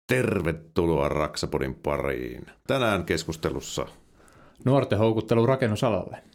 Tervetuloa Raksapodin pariin. Tänään keskustelussa nuorten houkuttelu rakennusalalle.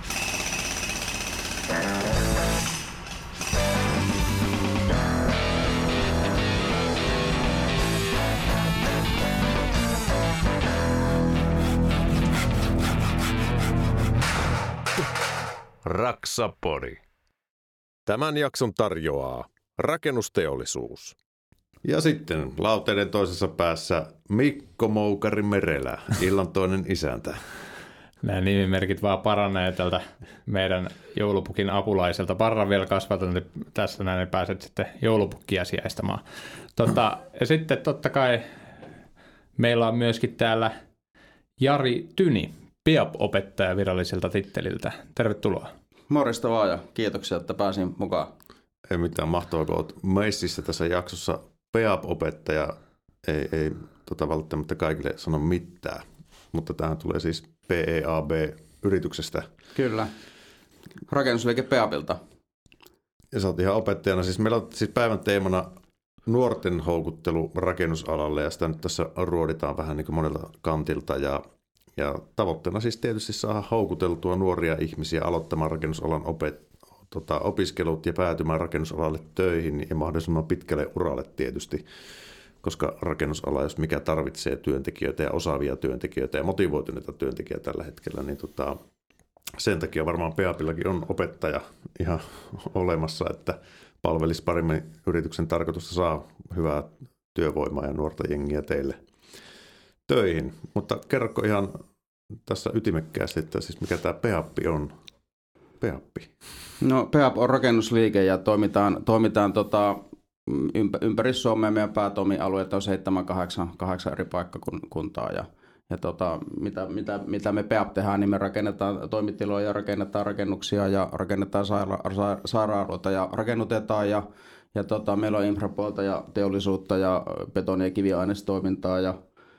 Raksapodi. Tämän jakson tarjoaa rakennusteollisuus. Ja sitten lauteiden toisessa päässä Mikko Moukari Merelä, illan toinen isäntä. Nämä nimimerkit vaan paranee tältä meidän joulupukin apulaiselta. Parran vielä kasvatan, niin tässä näin pääset sitten joulupukkia sijaistamaan. Ja sitten totta kai meillä on myöskin täällä Jari Tyni, PEAP-opettaja viralliselta titteliltä. Tervetuloa. Morjesta vaan ja kiitoksia, että pääsin mukaan. Ei mitään mahtavaa, kun olet meississä tässä jaksossa. PEAP-opettaja ei välttämättä kaikille sano mitään, mutta tämähän tulee siis PEAB-yrityksestä. Kyllä, rakennusliike PEABilta. Ja sä oot ihan opettajana. Siis meillä on siis päivän teemana nuorten houkuttelu rakennusalalle, ja sitä nyt tässä ruoditaan vähän niin kuin monelta kantilta. Ja tavoitteena siis tietysti saada houkuteltua nuoria ihmisiä aloittamaan rakennusalan opiskelut ja päätymään rakennusalalle töihin ja mahdollisimman pitkälle uralle tietysti, koska rakennusala, jos mikä tarvitsee työntekijöitä ja osaavia työntekijöitä ja motivoituneita työntekijöitä tällä hetkellä, niin sen takia varmaan PEABillakin on opettaja ihan olemassa, että palvelisi paremmin yrityksen tarkoitusta saa hyvää työvoimaa ja nuorta jengiä teille töihin. Mutta kerroko ihan tässä ytimekkäästi, että siis mikä tämä PEAB on? PEAB? No PEAB on rakennusliike ja toimitaan ympäri Suomea. Meidän päätoimialueet on 7-8 eri paikkakuntaa ja mitä me PEAB tehdään, niin me rakennetaan toimitiloja, rakennetaan rakennuksia ja rakennetaan sairaaloita ja rakennutetaan ja meillä on infrapuolta ja teollisuutta ja betoni- ja kiviainestoimintaa ja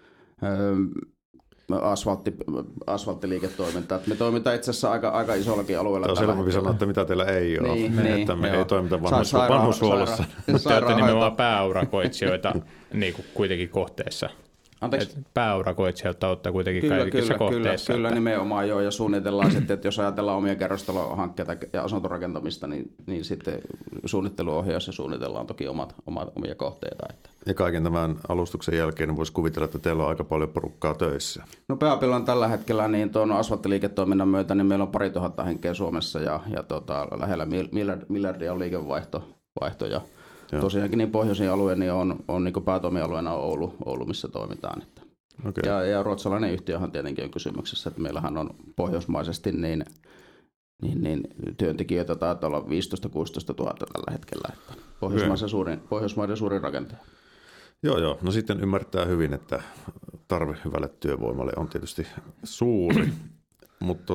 asfalttiliiketoimintaa. Me toimitaan itse asiassa aika isollakin alueella. Tämä on helpompi sanoa, että mitä teillä ei ole. Että me ei toimita vanhushuollossa. Te olette nimenomaan pääurakoitsijoita niin kuin kuitenkin kohteessa. Pääurakoitsijoita ottaa kuitenkin kaikissa kohteissa. Kyllä nimenomaan joo, ja suunnitellaan sitten, että jos ajatellaan omia kerrostalohankkeita ja asuntorakentamista, niin sitten suunnitteluohjaus ja suunnitellaan toki omia kohteita. Ja kaiken tämän alustuksen jälkeen voisi kuvitella, että teillä on aika paljon porukkaa töissä. No PEABilla on tällä hetkellä niin tuon asfalttiliiketoiminnan myötä, niin meillä on 2000 henkeä Suomessa ja lähellä miljardia on liikevaihto ja tosiaankin niin pohjoisin alue niin on niin päätoimialueena Oulu, missä toimitaan. Okay. Ja ruotsalainen yhtiöhän tietenkin on kysymyksessä, että meillähän on pohjoismaisesti niin työntekijöitä taitaa olla 15-16 000 tällä hetkellä. Että Pohjoismaiden suurin rakentaja. Joo. No sitten ymmärtää hyvin, että tarve hyvälle työvoimalle on tietysti suuri, mutta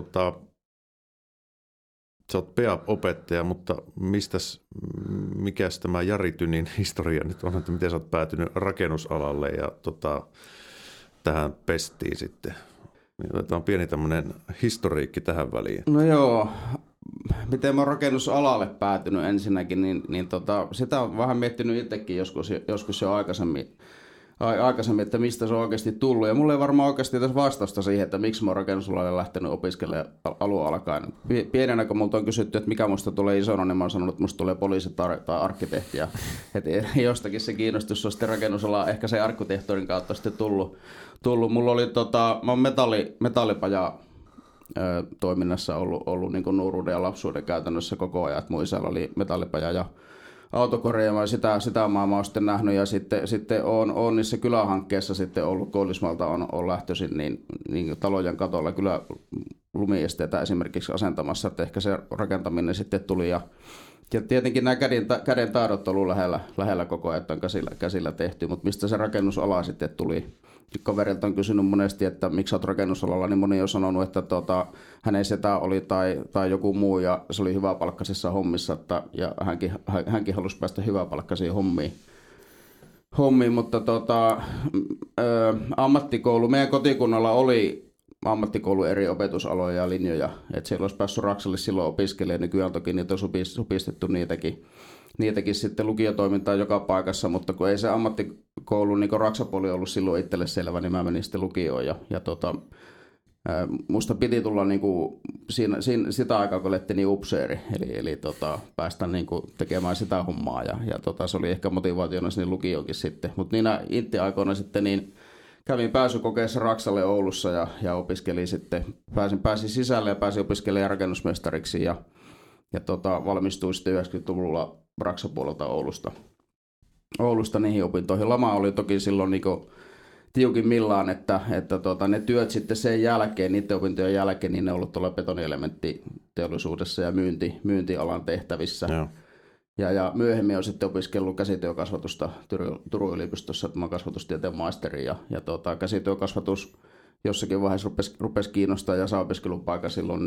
sä oot PEAB-opettaja, mutta mikäs tämä Jari Tynin historia nyt on, että miten sä oot päätynyt rakennusalalle ja tähän pestiin sitten? Tämä on pieni tämmöinen historiikki tähän väliin. No joo, miten mä oon rakennusalalle päätynyt ensinnäkin, niin sitä on vähän miettinyt itsekin joskus jo aikaisemmin, että mistä se on oikeasti tullut. Ja mulla ei varmaan oikeasti tässä vastausta siihen, että miksi mä oon rakennusalalle lähtenyt opiskelemaan alun alkaen. Pienenä kun multa on kysytty, että mikä musta tulee isona, niin mä oon sanonut, että musta tulee poliisi tai arkkitehti. Että jostakin se kiinnostus on sitten rakennusalaa ehkä se arkkitehtorin kautta sitten tullut. Mulla oli mä oon metallipaja toiminnassa ollut niin kuin nuoruuden ja lapsuuden käytännössä koko ajan. Että mun isällä oli metallipaja ja autokorjaama ja sitä maailmaa on sitten nähnyt ja sitten on niissä kylähankkeissa sitten ollut Koillismaalta on lähtöisin niin talojen katolla kyllä lumiesteitä esimerkiksi asentamassa, että ehkä se rakentaminen sitten tuli ja tietenkin nämä käden taidot on ollut lähellä koko ajan, että on käsillä tehty, mutta mistä se rakennusala sitten tuli? Kaverilta on kysynyt monesti, että miksi olet rakennusalalla, niin moni on sanonut, että hänen setä oli tai joku muu ja se oli hyväpalkkaisissa hommissa ja hänkin halusi päästä hyväpalkkaisiin hommiin, mutta ammattikoulu, meidän kotikunnalla oli ammattikoulu eri opetusaloja ja linjoja, että siellä olisi päässyt Raksalle silloin opiskelemaan, nykyään toki niitä on supistettu niitäkin niitäkin sitten lukiotoimintaa joka paikassa, mutta kun ei se ammattikoulun niin raksapuoli ollut silloin itselle selvä, niin mä menin sitten lukioon ja musta piti tulla niinku sitä aikaa, kun lettiin niin upseeri, eli päästä niinku tekemään sitä hommaa ja se oli ehkä motivaationa sinne lukioonkin sitten. Mutta niinä intti-aikoina sitten niin kävin pääsykokeessa Raksalle Oulussa ja opiskelin sitten, pääsin sisälle ja pääsin opiskelemaan rakennusmestariksi ja valmistuin sitten 90-luvulla Raksapuolelta Oulusta niihin opintoihin. Lama oli toki silloin niinku tiukimmillaan, että ne työt sitten sen jälkeen, niiden opintojen jälkeen, niin ne on ollut tuolla betonielementtiteollisuudessa ja myyntialan tehtävissä. Joo. Ja myöhemmin olen sitten opiskellut käsityökasvatusta Turun yliopistossa, mä kasvatustieteen maisteri ja käsityökasvatus jossakin vaiheessa rupesi kiinnostaa ja saa opiskelupaikan silloin,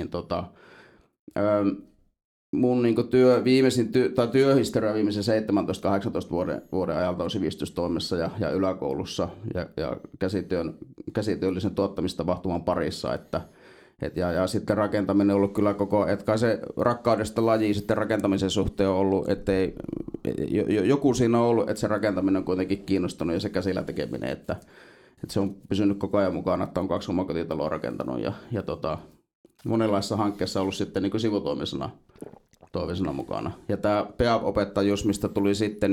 mun niinku työhistoria viimeisen 17-18 vuoden ajalta on sivistystoimessa ja yläkoulussa ja käsityöllisen tuottamistapahtuman parissa, ja sitten rakentaminen on ollut kyllä että kai se rakkaudesta laji sitten rakentamisen suhteen on ollut, ettei joku siinä on ollut, että se rakentaminen on kuitenkin kiinnostunut ja se käsillä tekeminen, että se on pysynyt koko ajan mukana, että on 2 omakotitaloa rakentanut ja monenlaisissa hankkeissa ollut sitten niin kuin sivutoimisena mukana. Ja tämä PEAP-opettajuus, mistä tuli sitten,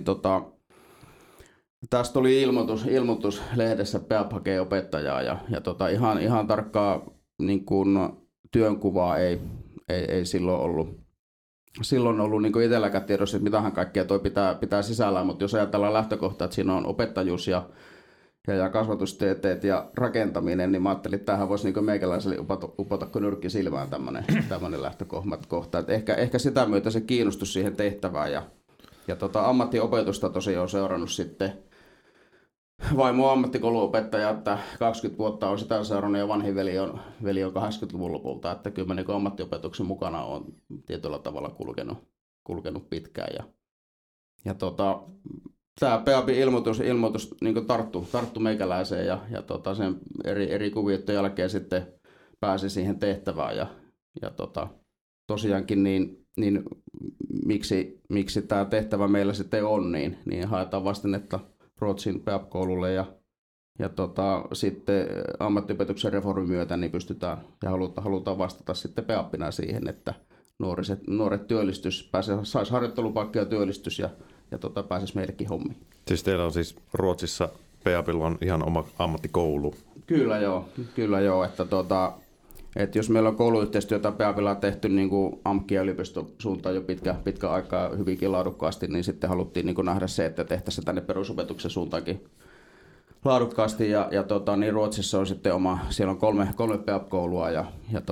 tästä tuli ilmoitus lehdessä, PEAP hakee opettajaa ja ihan tarkkaa niin kuin työnkuvaa ei silloin ollut niin kuin itselläkään tiedossa, että mitähän kaikkea toi pitää sisällään, mutta jos ajatellaan lähtökohtaa, että siinä on opettajuus ja kasvatustieteet ja rakentaminen, niin mä ajattelin, että tämähän voisi niin meikäläiselle upota kuin nyrkki silmään tämmöinen lähtökohta. Että ehkä sitä myötä se kiinnostus siihen tehtävään. Ja ammattiopetusta tosiaan on seurannut sitten vaimo ammattikouluopettaja, että 20 vuotta on sitä seurannut ja vanhin veli on 80-luvun lopulta, että kyllä niin ammattiopetuksen mukana on tietyllä tavalla kulkenut pitkään. Ja tämä PEAPin ilmoitus niin tarttui meikäläiseen ja sen eri kuvioiden jälkeen sitten pääsi siihen tehtävään ja tosiaankin niin miksi tämä tehtävä meillä sitten on, niin haetaan vastennetta Ruotsin PEAP-koululle ja sitten ammattiopetuksen reformin myötä niin pystytään ja halutaan vastata sitten PEAPina siihen, että nuoret saisi harjoittelupaikka ja työllistys ja pääsisi meillekin hommiin. Siis teillä on siis Ruotsissa PEAPilla on ihan oma ammattikoulu. Kyllä joo, että jos meillä on kouluyhteistyötä PEAPilla tehty niin kuin AMKki ja yliopiston suuntaan jo pitkä aikaa hyvinkin laadukkaasti, niin sitten haluttiin niin kuin nähdä se, että tehtäisiin se tänne perusopetuksen suuntaankin laadukkaasti niin Ruotsissa on sitten siellä on kolme PEAP-koulua ja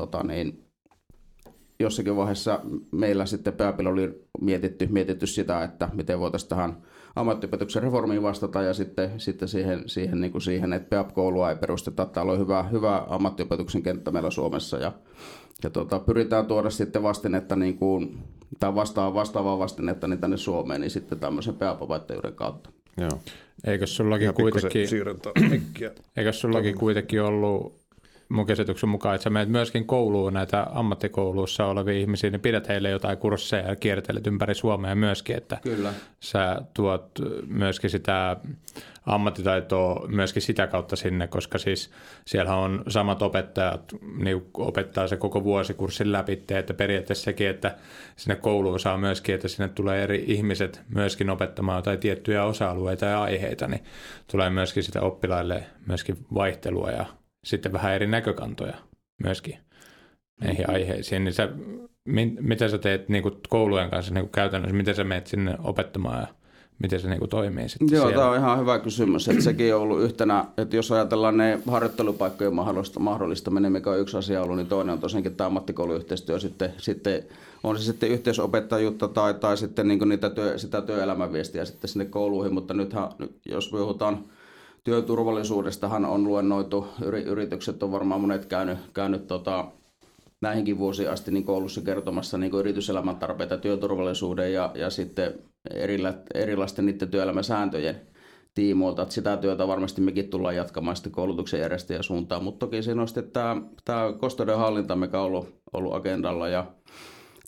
jossakin vaiheessa meillä sitten PEAPilla oli mietitty sitä, että miten voitaisiin tähän ammattiopetuksen reformiin vastata ja sitten siihen, että PEAP-koulua ei perusteta. Täällä on hyvä ammattiopetuksen kenttä meillä Suomessa ja pyritään tuoda sitten vastinetta tai vastaavaa vastinetta niin tänne Suomeen niin sitten tämmöisen PEAP-opettajuuden kautta. Joo. Eikös sullakin kuitenkin ollut mun käsityksen mukaan, että sä menet myöskin kouluun näitä ammattikouluissa olevia ihmisiä, niin pidät heille jotain kursseja ja kiertelet ympäri Suomea myöskin, että Kyllä. Sä tuot myöskin sitä ammattitaitoa myöskin sitä kautta sinne, koska siis siellä on samat opettajat, niin opettaa se koko vuosikurssin läpi, että periaatteessa sekin, että sinne kouluun saa myöskin, että sinne tulee eri ihmiset myöskin opettamaan jotain tiettyjä osa-alueita ja aiheita, niin tulee myöskin sitä oppilaille myöskin vaihtelua ja sitten vähän eri näkökantoja myöskin näihin aiheisiin. Niin mitä sä teet niin kuin koulujen kanssa niin kuin käytännössä? Miten sä menet sinne opettamaan ja miten se niin kuin toimii sitten Joo, siellä? tämä on ihan hyvä kysymys. Että sekin on ollut yhtenä, että jos ajatellaan ne harjoittelupaikkojen mahdollistaminen, mikä on yksi asia ollut, niin toinen on tosiaankin tämä ammattikouluyhteistyö. Sitten on se sitten yhteisopettajuutta tai sitten niin kuin sitä työelämän viestiä sitten sinne kouluihin, mutta nythän, jos puhutaan työturvallisuudestahan on luennoitu, yritykset on varmaan monet käynyt näihinkin vuosiin asti niin koulussa kertomassa niin yrityselämän tarpeita työturvallisuuden ja sitten erilaisten niiden työelämäsääntöjen tiimoilta. Että sitä työtä varmasti mekin tullaan jatkamaan sitten koulutuksen järjestäjän suuntaan, mutta toki siinä on sitten tämä kosteuden hallinta, mikä on ollut agendalla ja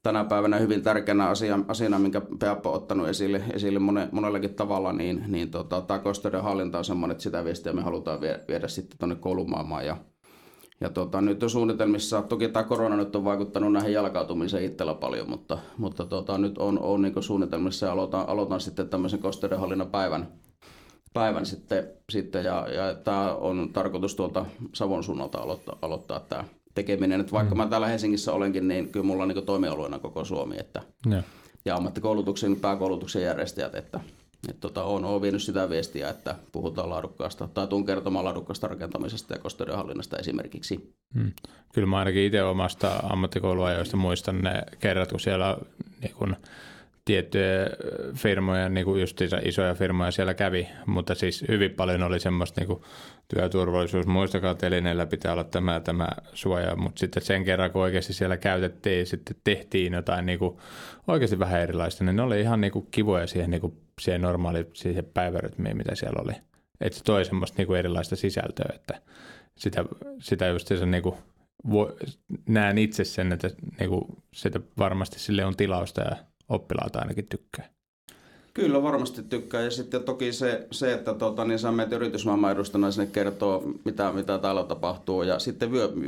tänä päivänä hyvin tärkeänä asiana, minkä PEAP on ottanut esille monellakin tavalla, niin tämä kosteuden hallinta on semmoinen, että sitä viestiä me halutaan viedä sitten tuonne koulumaailmaan. Ja nyt on suunnitelmissa, toki tämä korona nyt on vaikuttanut näihin jalkautumiseen itsellä paljon, mutta nyt on niin suunnitelmissa ja aloitan sitten tämmöisen kosteuden hallinnan päivän sitten ja tämä on tarkoitus tuolta Savon suunnalta aloittaa tämä tekeminen. Että vaikka mä täällä Helsingissä olenkin, niin kyllä mulla on niin toimialueena koko Suomi ja ammattikoulutuksen pääkoulutuksen järjestäjät, että on vienyt sitä viestiä, että puhutaan laadukkaasta tai tuun kertomaan laadukkaasta rakentamisesta ja kosteuden hallinnasta esimerkiksi. Kyllä mä ainakin itse omasta ammattikouluajoista muistan ne kerrat, kun siellä niin kun tiettyjä firmoja, niin kuin just isoja firmoja siellä kävi, mutta siis hyvin paljon oli semmoista niin kuin työturvallisuus, muistakaa telineillä pitää olla tämä suoja, mutta sitten sen kerran, kun oikeasti siellä käytettiin ja sitten tehtiin jotain niin kuin oikeasti vähän erilaista, niin ne oli ihan niin kuin kivoja siihen normaaliin siihen päivärytmiin, mitä siellä oli. Että se toi semmoista niin kuin erilaista sisältöä, että sitä just se niin kuin näen itse sen, että niin kuin sitä varmasti sille on tilausta ja oppilaat ainakin tykkää. Kyllä varmasti tykkää ja sitten toki se että niin sä menet yritysmaailman edustajana sinne kertoo, mitä täällä tapahtuu ja sitten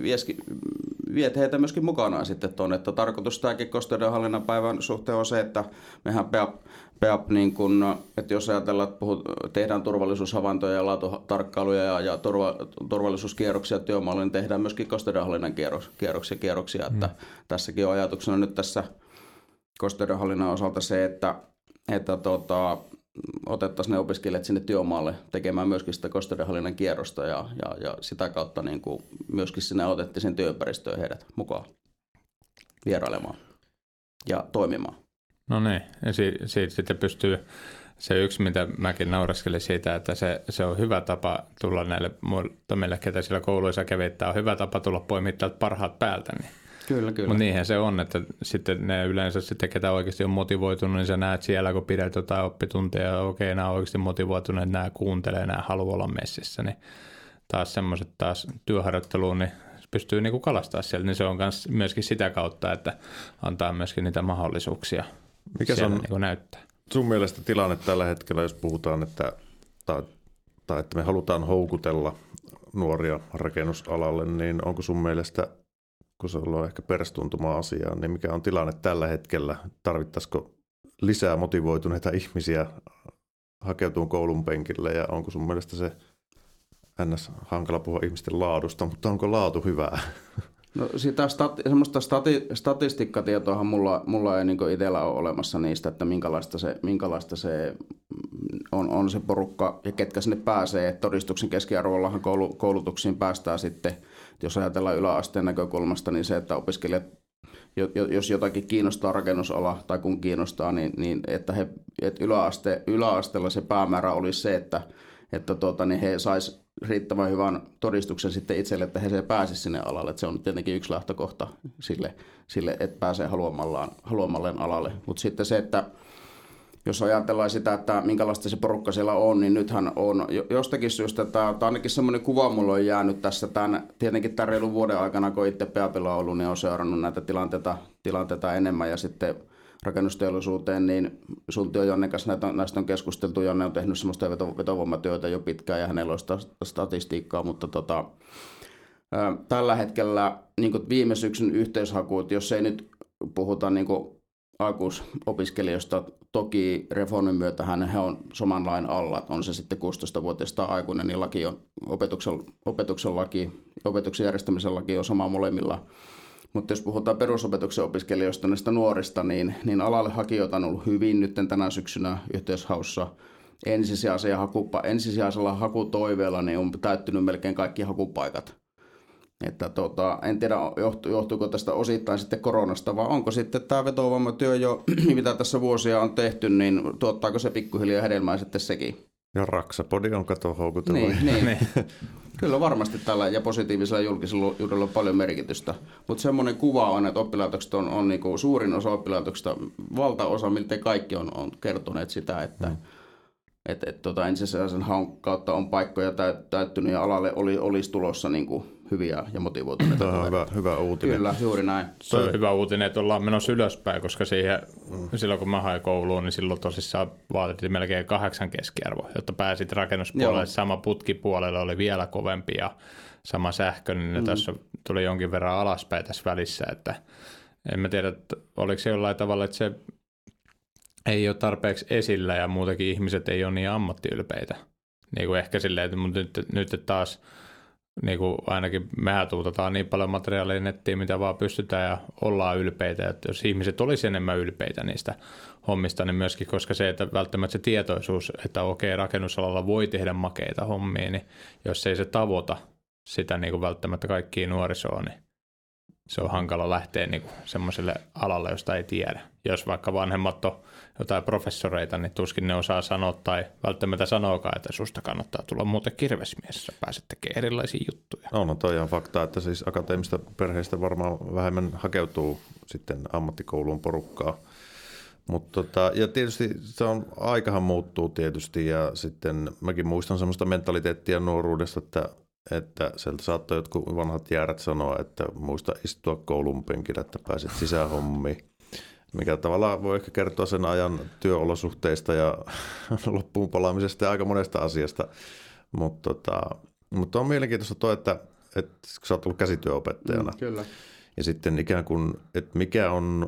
viet heitä myöskin mukanaan sitten tuonne, että tarkoitus tämäkin kosteuden hallinnan päivän suhteen on se, että mehän PEAP niin kun, että jos ajatellaan, että tehdään turvallisuushavaintoja ja laatutarkkailuja ja turvallisuuskierroksia työmaalla, niin tehdään myöskin kosteuden hallinnan kierroksia, että tässäkin on ajatuksena nyt tässä kosteuden hallinnan osalta se, että otettaisiin ne opiskelijat sinne työmaalle tekemään myöskin sitä kosteuden hallinnan kierrosta ja sitä kautta niin kuin myöskin sinne otettiin sen työympäristöön heidät mukaan vierailemaan ja toimimaan. No niin, ja siitä sitten pystyy se yksi, mitä mäkin nauraskelin siitä, että se on hyvä tapa tulla näille muille, ketä siellä kouluissa kävi, että on hyvä tapa tulla poimittaa parhaat päältä, niin Kyllä. Mutta niinhän se on, että sitten ne yleensä sitten, ketä oikeasti on motivoitunut, niin sä näet siellä, kun pidät jotain oppitunteja, ja okei, nämä on oikeasti motivoituneet, nämä kuuntelee, nämä haluaa olla messissä, niin taas semmoiset työharjoitteluun, niin pystyy niinku kalastaa siellä, niin se on myöskin sitä kautta, että antaa myöskin niitä mahdollisuuksia. Mikä se on niinku näyttää? Sun mielestä tilanne tällä hetkellä, jos puhutaan, että me halutaan houkutella nuoria rakennusalalle, niin onko sun mielestä, kun se on ehkä perstuntumaa asiaa, niin mikä on tilanne tällä hetkellä? Tarvittaisiko lisää motivoituneita ihmisiä hakeutumaan koulun penkille ja onko sun mielestä se ns. Hankala puhua ihmisten laadusta, mutta onko laatu hyvää? No sitä semmoista statistiikkatietoahan mulla ei niin itsellä ole olemassa niistä, että minkälaista se on se porukka ja ketkä sinne pääsee. Todistuksen keskiarvollahan koulutuksiin päästään sitten, jos ajatellaan yläasteen näkökulmasta, niin se, että opiskelijat, jos jotakin kiinnostaa rakennusala tai kun kiinnostaa, niin että yläasteella se päämäärä olisi se, että niin he sais riittävän hyvän todistuksen sitten itselle, että he pääsisi sinne alalle. Että se on tietenkin yksi lähtökohta sille että pääsee haluamalleen alalle. Mutta sitten se, että jos ajatellaan sitä, että minkälaista se porukka siellä on, niin nythän on jostakin syystä, että ainakin semmoinen kuva mulla on jäänyt tässä tietenkin tämän reilun vuoden aikana, kun itse PEAPilla on ollut, niin on seurannut näitä tilanteita enemmän ja sitten rakennusteollisuuteen, niin sun työ Jonnen kanssa näistä on keskusteltu. Jonne on tehnyt semmoista vetovoimatyötä jo pitkään ja hänellä on sitä statistiikkaa, mutta tällä hetkellä niin viime syksyn yhteishakuut, jos ei nyt puhuta niin aikuisopiskelijoista, toki reformin myötä he on saman lain alla, on se sitten 16-vuotias tai aikuinen, niin laki on opetuksen järjestämisen laki on sama molemmilla. Mutta jos puhutaan perusopetuksen opiskelijoista, näistä nuorista, niin alalle hakijoita on ollut hyvin nyt tänä syksynä yhteishaussa. Ensisijaisella hakutoiveella niin on täyttynyt melkein kaikki hakupaikat. Että en tiedä, johtuuko tästä osittain sitten koronasta, vai onko sitten tämä vetovoimatyö jo, mitä tässä vuosia on tehty, niin tuottaako se pikkuhiljaa hedelmää sitten sekin? Ja Raksapodi on houkutellut. Niin. Kyllä varmasti tällä ja positiivisella julkisuudella on paljon merkitystä. Mutta semmoinen kuva on, että oppilaitokset on niin kuin suurin osa oppilaitoksista, valtaosa, miltei kaikki on kertoneet sitä, että ensisijaisen haun kautta on paikkoja täyttynyt ja alalle olisi tulossa niin kuin hyviä ja motivoituneita. Tämä on hyvä uutinen. Kyllä, juuri näin. Se on hyvä uutinen, että ollaan menossa ylöspäin, koska silloin kun mä hain kouluun, niin silloin tosissaan vaatettiin melkein 8 keskiarvo, jotta pääsit rakennuspuolelle. Joo. Sama putkipuolelle oli vielä kovempi ja sama sähkö, niin tässä tuli jonkin verran alaspäin tässä välissä, että en mä tiedä, että oliko se jollain tavalla, että se ei ole tarpeeksi esillä ja muutenkin ihmiset ei ole niin ammattiylpeitä. Niin kuin ehkä silleen, että nyt taas niin kuin ainakin mehän tuutetaan niin paljon materiaalia nettiin, mitä vaan pystytään ja ollaan ylpeitä. Että jos ihmiset olisi enemmän ylpeitä niistä hommista, niin myöskin, koska se, että välttämättä se tietoisuus, että okei, rakennusalalla voi tehdä makeita hommia, niin jos ei se tavoita sitä niin kuin välttämättä kaikkia nuorisoa, niin se on hankala lähteä niin kuin semmoiselle alalle, josta ei tiedä. Jos vaikka vanhemmat on jotain professoreita, niin tuskin ne osaa sanoa tai välttämättä sanookaan, että susta kannattaa tulla muuten kirvesmies, pääset tekemään erilaisia juttuja. No toi on fakta, että siis akateemista perheistä varmaan vähemmän hakeutuu sitten ammattikouluun porukkaa. Ja tietysti se on, aikahan muuttuu tietysti ja sitten mäkin muistan semmoista mentaliteettia nuoruudesta, että sieltä saattoi jotkut vanhat jäärät sanoa, että muista istua koulun penkillä, että pääset sisähommiin. Mikä tavallaan voi ehkä kertoa sen ajan työolosuhteista ja loppuun palaamisesta ja aika monesta asiasta. Mutta on mielenkiintoista toi, että kun sä oot ollut käsityöopettajana. Kyllä. Ja sitten ikään kuin, että mikä on,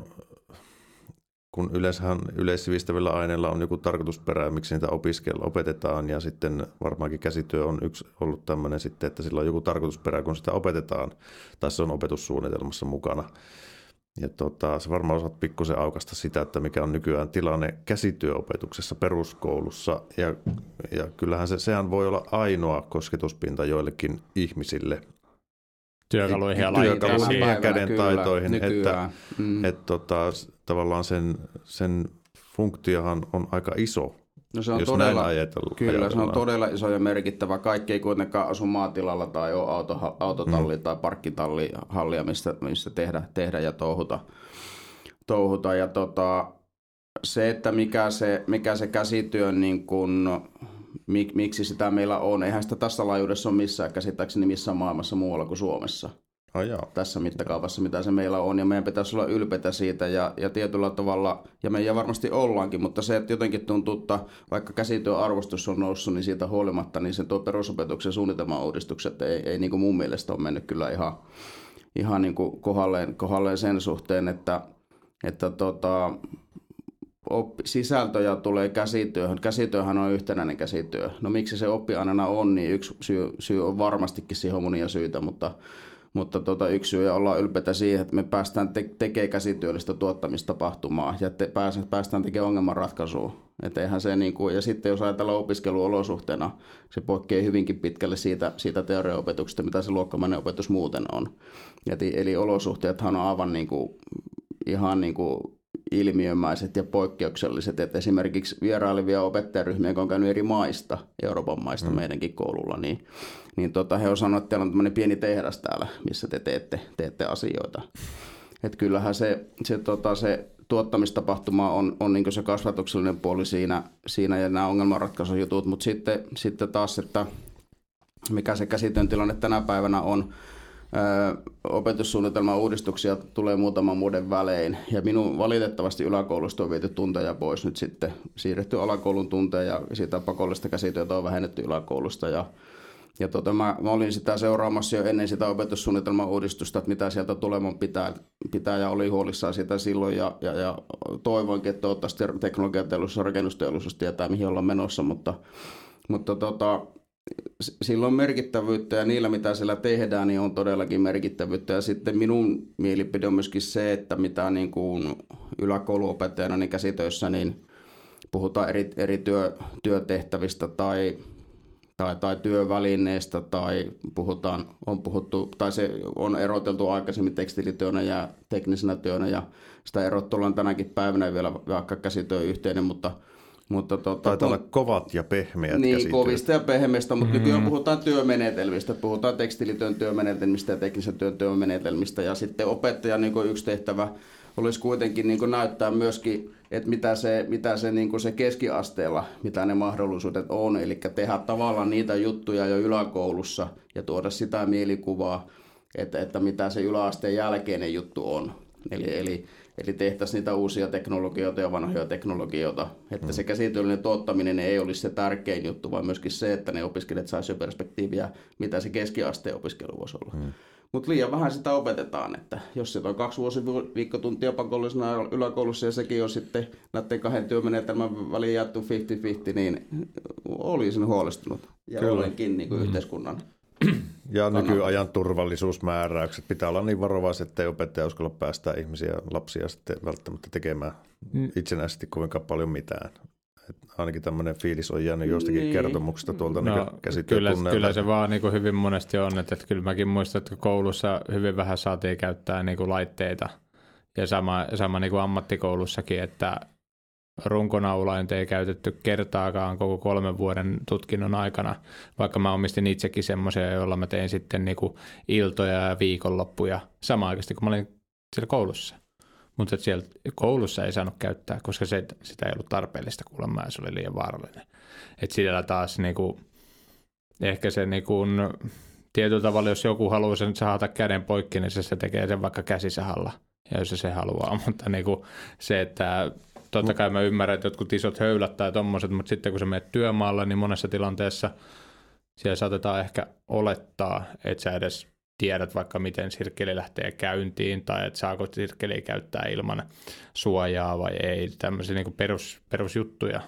kun yleensähän yleissivistävillä aineilla on joku tarkoitusperä, miksi niitä opetetaan. Ja sitten varmaankin käsityö on yksi ollut tämmöinen sitten, että sillä on joku tarkoitusperä, kun sitä opetetaan. Tai se on opetussuunnitelmassa mukana. Ja se varmaan osaat pikkusen aukasta sitä, että mikä on nykyään tilanne käsityöopetuksessa peruskoulussa. Ja kyllähän sehän voi olla ainoa kosketuspinta joillekin ihmisille. Työkaluihin ja laitteisiin. Ja käden taitoihin. Nykyään. Että tavallaan sen funktiohan on aika iso. No se on jos todella, näin ajatellaan. kyllä, se on todella iso ja merkittävä. Kaikki ei kuitenkaan asu maatilalla tai ole autotalli tai parkkitallihallia, mistä tehdä ja touhuta. Ja se, että mikä se käsityön, niin kun, miksi sitä meillä on, eihän sitä tässä laajuudessa ole missään käsittääkseni missään maailmassa muualla kuin Suomessa. Tässä mittakaavassa, mitä se meillä on, ja meidän pitäisi olla ylpeitä siitä, ja tietyllä tavalla, ja meidän varmasti ollaankin, mutta se, että jotenkin tuntuu, että vaikka käsityön arvostus on noussut, niin siitä huolimatta, niin se tuo perusopetuksen suunnitelmauudistukset ei niin kuin mun mielestä ole mennyt kyllä ihan niin kuin kohdalleen sen suhteen, että sisältöjä tulee käsityöhön. Käsityöhän on yhtenäinen käsityö. No miksi se oppiaineena on, niin yksi syy on varmastikin siihen on monia syitä, mutta yksi syy ja ollaan ylpeitä siihen, että me päästään tekemään käsityöllistä tuottamistapahtumaa ja päästään tekemään ongelmanratkaisua. Et eihän se ja sitten jos ajatellaan opiskeluolosuhteena, se poikkeaa hyvinkin pitkälle siitä teoriaopetuksesta, mitä se luokkamainen opetus muuten on. Eli olosuhteethan on aivan ihan ilmiömäiset ja poikkeukselliset, että esimerkiksi vierailevia opettajaryhmiä, jotka on käynyt eri maista, Euroopan maista meidänkin koululla, niin he on sanonut, että teillä on tämmöinen pieni tehdas täällä, missä te teette asioita. Että kyllähän se tuottamistapahtuma on niin se kasvatuksellinen puoli siinä ja nämä ongelmanratkaisujutut, mutta sitten taas, että mikä se käsityön tilanne tänä päivänä on, opetussuunnitelman uudistuksia tulee muutaman vuoden välein ja minun valitettavasti yläkoulusta on viety tunteja pois nyt sitten, siirretty alakoulun tunteja ja siitä pakollista käsityötä on vähennetty yläkoulusta ja mä olin sitä seuraamassa jo ennen sitä opetussuunnitelman uudistusta, että mitä sieltä tuleman pitää ja oli huolissaan sitä silloin ja toivoinkin, että toivottavasti teknologiateollisuus ja rakennusteollisuus tietää mihin ollaan menossa, mutta sillä on merkittävyyttä ja niillä mitä siellä tehdään niin on todellakin merkittävyyttä ja sitten minun mielipide on myöskin se, että mitä niin kuin yläkouluopettajana niin käsitöissä niin puhutaan eri työtehtävistä tai työvälineistä tai se on eroteltu aikaisemmin tekstiilityönä ja teknisenä työnä ja sitä erottelua tänäkin päivänä vielä vaikka käsityö yhteinen, mutta taitaa olla kovat ja pehmeät niin, käsityöt. kovista ja pehmeistä, mutta nykyään puhutaan työmenetelmistä, puhutaan tekstiilityön työmenetelmistä ja teknisen työn työmenetelmistä ja sitten opettajan niin yksi tehtävä olisi kuitenkin niin näyttää myöskin että mitä se, niin kuin se keskiasteella, mitä ne mahdollisuudet on, eli tehdä tavallaan niitä juttuja jo yläkoulussa ja tuoda sitä mielikuvaa, että mitä se yläasteen jälkeinen juttu on. Eli tehtäisiin niitä uusia teknologioita ja vanhoja teknologioita. Että se käsityöllinen tuottaminen ei olisi se tärkein juttu, vaan myöskin se, että ne opiskelijat saisivat jo perspektiiviä, mitä se keskiasteen opiskelu voisi olla. Mutta liian vähän sitä opetetaan, että jos se on 2 vuosiviikkotuntia pakollisena yläkoulussa ja sekin on sitten näiden 2 työmenetelmän väliin jaettu 50-50, niin olisin huolestunut ja olenkin niin kuin yhteiskunnan. Ja nykyajan turvallisuusmääräykset pitää olla niin varovaiset, että ei opettaja uskalla päästää ihmisiä, lapsia sitten välttämättä tekemään itsenäisesti kovinkaan paljon mitään. Ainakin tämmöinen fiilis on jäänyt jostakin kertomuksesta tuolta käsityötunneilta. Kyllä se vaan niin kuin hyvin monesti on, että kyllä mäkin muistan, että koulussa hyvin vähän saatiin käyttää niin kuin laitteita. Ja sama niin kuin ammattikoulussakin, että runkonaulaa ei käytetty kertaakaan koko 3 vuoden tutkinnon aikana, vaikka mä omistin itsekin semmoisia, joilla mä tein sitten niin kuin iltoja ja viikonloppuja samaan aikaan, kun mä olin siellä koulussa. Mutta siellä koulussa ei saanut käyttää, koska sitä ei ollut tarpeellista kuulemma ja se oli liian vaarallinen. Että siellä taas niinku, ehkä se niinku, tietyllä tavalla, jos joku haluaa sen sahata käden poikki, niin se tekee sen vaikka käsisahalla, ja jos se haluaa. Mutta niinku, se, että totta kai mä ymmärrän, että jotkut isot höylät tai tommoset, mutta sitten kun sä menet työmaalla, niin monessa tilanteessa siellä saatetaan ehkä olettaa, että sä edes tiedät vaikka miten sirkkeli lähtee käyntiin tai että saako sirkkeliä käyttää ilman suojaa vai ei. Tämmöisiä niin kuin perusjuttuja,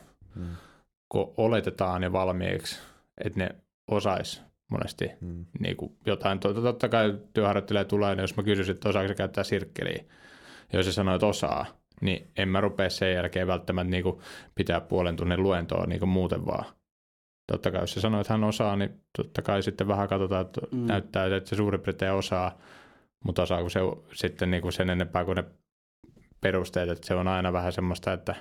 kun oletetaan jo valmiiksi, että ne osais monesti niin kuin jotain. Totta kai työharjoittelija tulee, niin jos mä kysyisin, että osaako se käyttää sirkkeliä, ja jos se sanoo, että osaa, niin en mä rupea sen jälkeen välttämättä niin kuin pitää puolen tunnin luentoa niin kuin muuten vaan. Totta kai, jos se sanoo, että hän osaa, niin totta kai sitten vähän katsotaan, että näyttää, että se suurin piirtein osaa, mutta osaako se sitten niin kuin sen enempää kuin ne perusteet, että se on aina vähän semmoista, että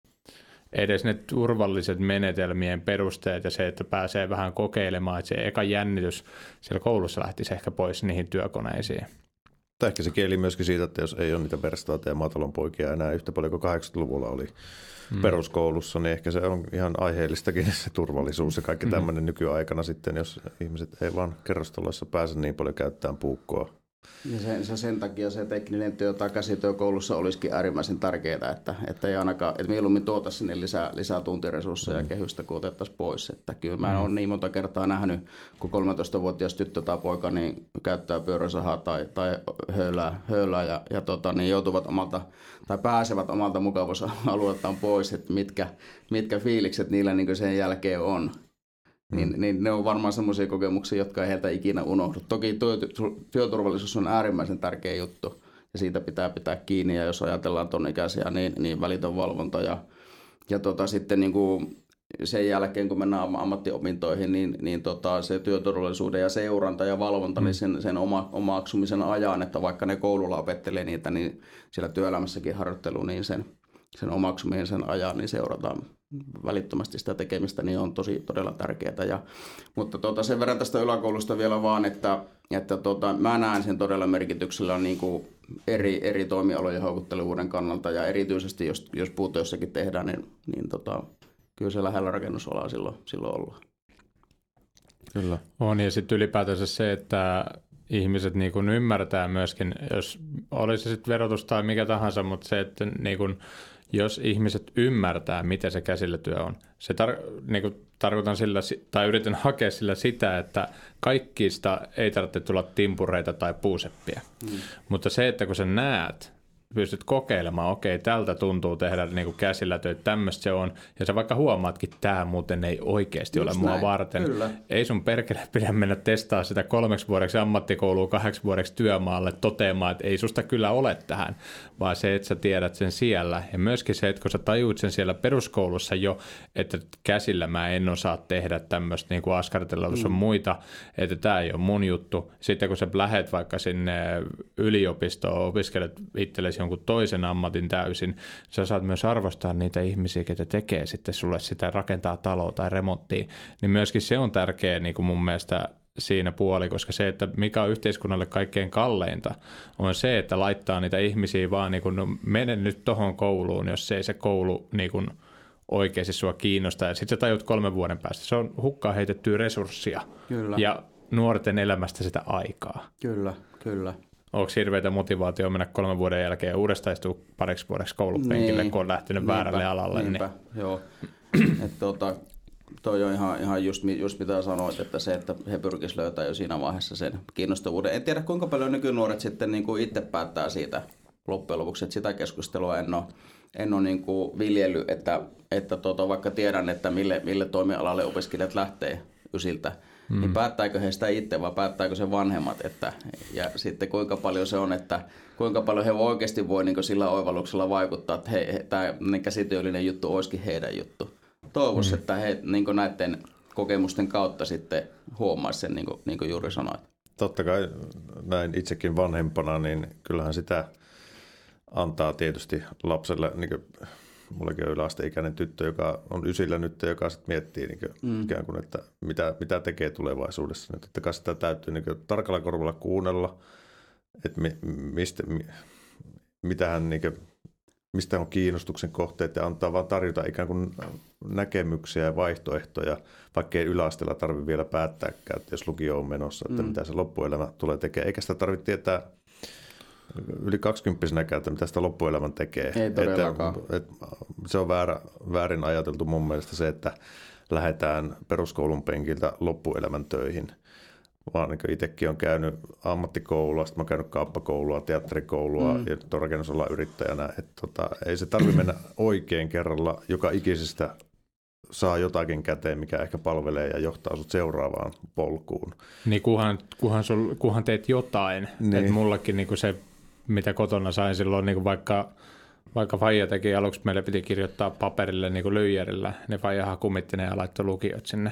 edes ne turvalliset menetelmien perusteet ja se, että pääsee vähän kokeilemaan, että se eka jännitys siellä koulussa lähtisi ehkä pois niihin työkoneisiin. Tai ehkä se kieli myöskin siitä, että jos ei ole niitä verstaita ja maatalonpoikia enää yhtä paljon kuin 80-luvulla oli peruskoulussa, niin ehkä se on ihan aiheellistakin se turvallisuus ja kaikki tämmöinen nykyaikana sitten, jos ihmiset ei vaan kerrostaloissa pääse niin paljon käyttämään puukkoa. Ja sen takia se tekninen työ tai käsityökoulussa olisikin äärimmäisen tärkeää, että ei ainakaan, että mieluummin tuota sinne lisää tuntiresursseja ja kehystä, kun otettaisiin pois. Että kyllä mä olen niin monta kertaa nähnyt, kun 13-vuotias tyttö tai poika niin käyttää pyöräsahaa tai höylää ja niin joutuvat tai pääsevät omalta mukavuusalueeltaan pois, että mitkä fiilikset niillä niin sen jälkeen on. Niin ne on varmaan semmoisia kokemuksia, jotka ei heiltä ikinä unohdu. Toki työturvallisuus on äärimmäisen tärkeä juttu ja siitä pitää pitää kiinni. Ja jos ajatellaan ton ikäisiä, niin välitön valvonta ja sitten niin kuin sen jälkeen, kun mennään ammattiopintoihin, niin se työturvallisuuden ja seuranta ja valvonta, niin sen omaksumisen ajan, että vaikka ne koululla opettelee niitä, niin siellä työelämässäkin harjoittelu, niin sen omaksumisen ajan, niin seurataan välittömästi sitä tekemistä, niin on todella tärkeää. Mutta sen verran tästä yläkoulusta vielä vaan, että mä näen sen todella merkityksellä niin kuin eri toimialojen houkuttelevuuden kannalta ja erityisesti jos puutöissäkin tehdään, niin kyllä se lähellä rakennusalaa silloin ollaan. Kyllä. On ja sitten ylipäätänsä se, että ihmiset niin kuin ymmärtää myöskin, jos olisi sitten verotus tai mikä tahansa, mutta se, että niin kuin jos ihmiset ymmärtää, mitä se käsillätyö on, se tarkoitan sillä, tai yritän hakea sillä sitä, että kaikista ei tarvitse tulla timpureita tai puuseppiä. Mutta se, että kun sä näet, pystyt kokeilemaan, okei, tältä tuntuu tehdä niin kuin käsillä töitä, tämmöistä se on, ja sä vaikka huomaatkin, että tämä muuten ei oikeasti ole mua varten. Kyllä. Ei sun perkele pidä mennä testaa sitä 3 vuodeksi ammattikouluun, 8 vuodeksi työmaalle toteamaan, että ei susta kyllä ole tähän, vaan se, että sä tiedät sen siellä. Ja myöskin se, että kun sä tajuut sen siellä peruskoulussa jo, että käsillä mä en osaa tehdä tämmöistä niin kuin askartella, jos on muita, että tämä ei ole mun juttu. Sitten kun sä lähet vaikka sinne yliopistoon, opiskelet itsellesi jonkun toisen ammatin täysin, sä saat myös arvostaa niitä ihmisiä, ketä tekee sitten sulle sitä rakentaa taloa tai remonttia, niin myöskin se on tärkeä niin kuin mun mielestä siinä puoli, koska se, että mikä on yhteiskunnalle kaikkein kalleinta, on se, että laittaa niitä ihmisiä vaan niin kuin, no mene nyt tohon kouluun, jos ei se koulu niin kuin oikeasti sua kiinnostaa. Ja sitten sä tajut 3 vuoden päästä. Se on hukkaan heitettyä resurssia. Kyllä. Ja nuorten elämästä sitä aikaa. Kyllä. Onko hirveätä motivaatio mennä 3 vuoden jälkeen uudestaan istua pariksi vuodeksi koulupenkille, kun on lähtenyt väärälle alalle? Niinpä, niin. Joo. Toi on ihan just mitä sanoit, että se, että he pyrkisivät löytää jo siinä vaiheessa sen kiinnostavuuden. En tiedä, kuinka paljon nykynuoret sitten niin kuin itse päättää siitä loppujen lopuksi, että sitä keskustelua en ole niin kuin viljellyt, että vaikka tiedän, että mille toimialalle opiskelijat lähtee ysiltä, niin päättääkö he sitä itse vai päättääkö se vanhemmat, ja sitten kuinka paljon se on, että kuinka paljon he oikeasti voi niin kuin sillä oivalluksella vaikuttaa, että tämä käsityöllinen juttu olisikin heidän juttu. Toivoisin, että he niin kuin näiden kokemusten kautta sitten huomaisi sen, niin kuin juuri sanoit. Totta kai näin itsekin vanhempana, niin kyllähän sitä antaa tietysti lapselle, niin kuin mullakin on yläasteikäinen tyttö, joka on ysillä nyt, joka sitten miettii niin kuin ikään kuin, että mitä tekee tulevaisuudessa. Totta kai sitä täytyy niin kuin tarkalla korvalla kuunnella, että mistä on kiinnostuksen kohteet ja antaa vaan tarjota ikään kuin näkemyksiä ja vaihtoehtoja, vaikka ei yläasteella tarvitse vielä päättääkään, että jos lukio on menossa, että mitä se loppuelämä tulee tekemään. Eikä sitä tarvitse tietää yli 20-vuotiaanäkään, että mitä sitä loppuelämän tekee. Ei todellakaan. Se on väärin ajateltu mun mielestä se, että lähdetään peruskoulun penkiltä loppuelämän töihin. Vaan niin itsekin olen käynyt ammattikoulua, sitten olen käynyt kauppakoulua, teatterikoulua ja nyt on rakennusalan yrittäjänä. Ei se tarvitse mennä oikein kerralla. Joka ikisestä saa jotakin käteen, mikä ehkä palvelee ja johtaa sut seuraavaan polkuun. Niin kunhan teet jotain. Niin. Että mullakin niin se, mitä kotona sain silloin, niin vaikka faija teki aluksi, meille piti kirjoittaa paperille niin kuin lyijärillä. Ne faijahan kummitti ne ja laittoi lukiot sinne.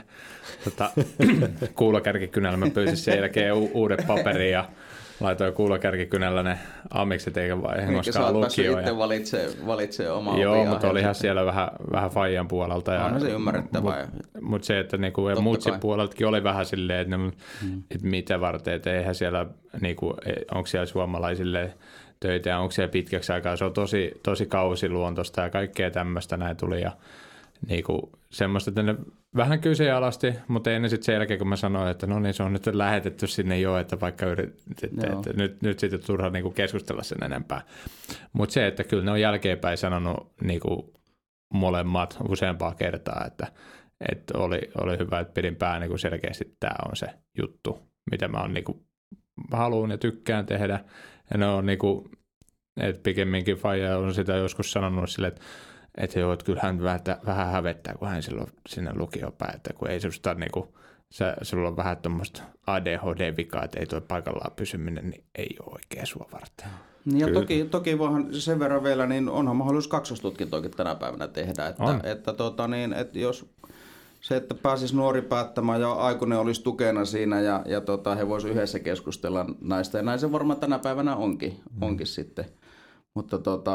Kuulokärkikynällä mä pyysin sen jälkeen uuden paperin ja laitoin kuulokärkikynällä ne amikset eikä vaihengoskaan lukioon. Itse valitsee omaa Joo, mutta olihan siellä vähän faijan puolelta. Onhan se ymmärrettävää. Mutta se, että niinku, muutsin puoleltakin oli vähän silleen, että mitä varten, että eihän siellä, niinku, onko siellä suomalaisille töitä ja onko siellä pitkäksi aikaa. Se on tosi kausiluontoista ja kaikkea tämmöistä näin tuli ja niinku, semmoista, että ne vähän kyseenalasti, mutta ei ne sitten sen jälkeen, kun mä sanoin, että no niin, se on nyt lähetetty sinne jo, että vaikka että nyt sitten turha niinku keskustella sen enempää. Mutta se, että kyllä ne on jälkeenpäin sanonut niinku molemmat useampaa kertaa, että oli hyvä, että pidin pää niinku selkeästi, että tämä on se juttu, mitä mä on niinku haluan ja tykkään tehdä. Ja ne on niinku, että pikemminkin faija on sitä joskus sanonut silleen, että joo, että kyllähän vähän hävettää, kun hän silloin sinne lukioon päättää, kun ei susta niinku, sulla on vähän tuommoista ADHD-vikaa, että ei tuo paikallaan pysyminen, niin ei ole oikein sua varten. Ja toki voihan sen verran vielä, niin onhan mahdollisuus kaksostutkintoakin tänä päivänä tehdä, että jos se, että pääsisi nuori päättämään ja aikuinen olisi tukena siinä ja he voisivat yhdessä keskustella näistä. Ja näin se varmaan tänä päivänä onkin sitten. Mutta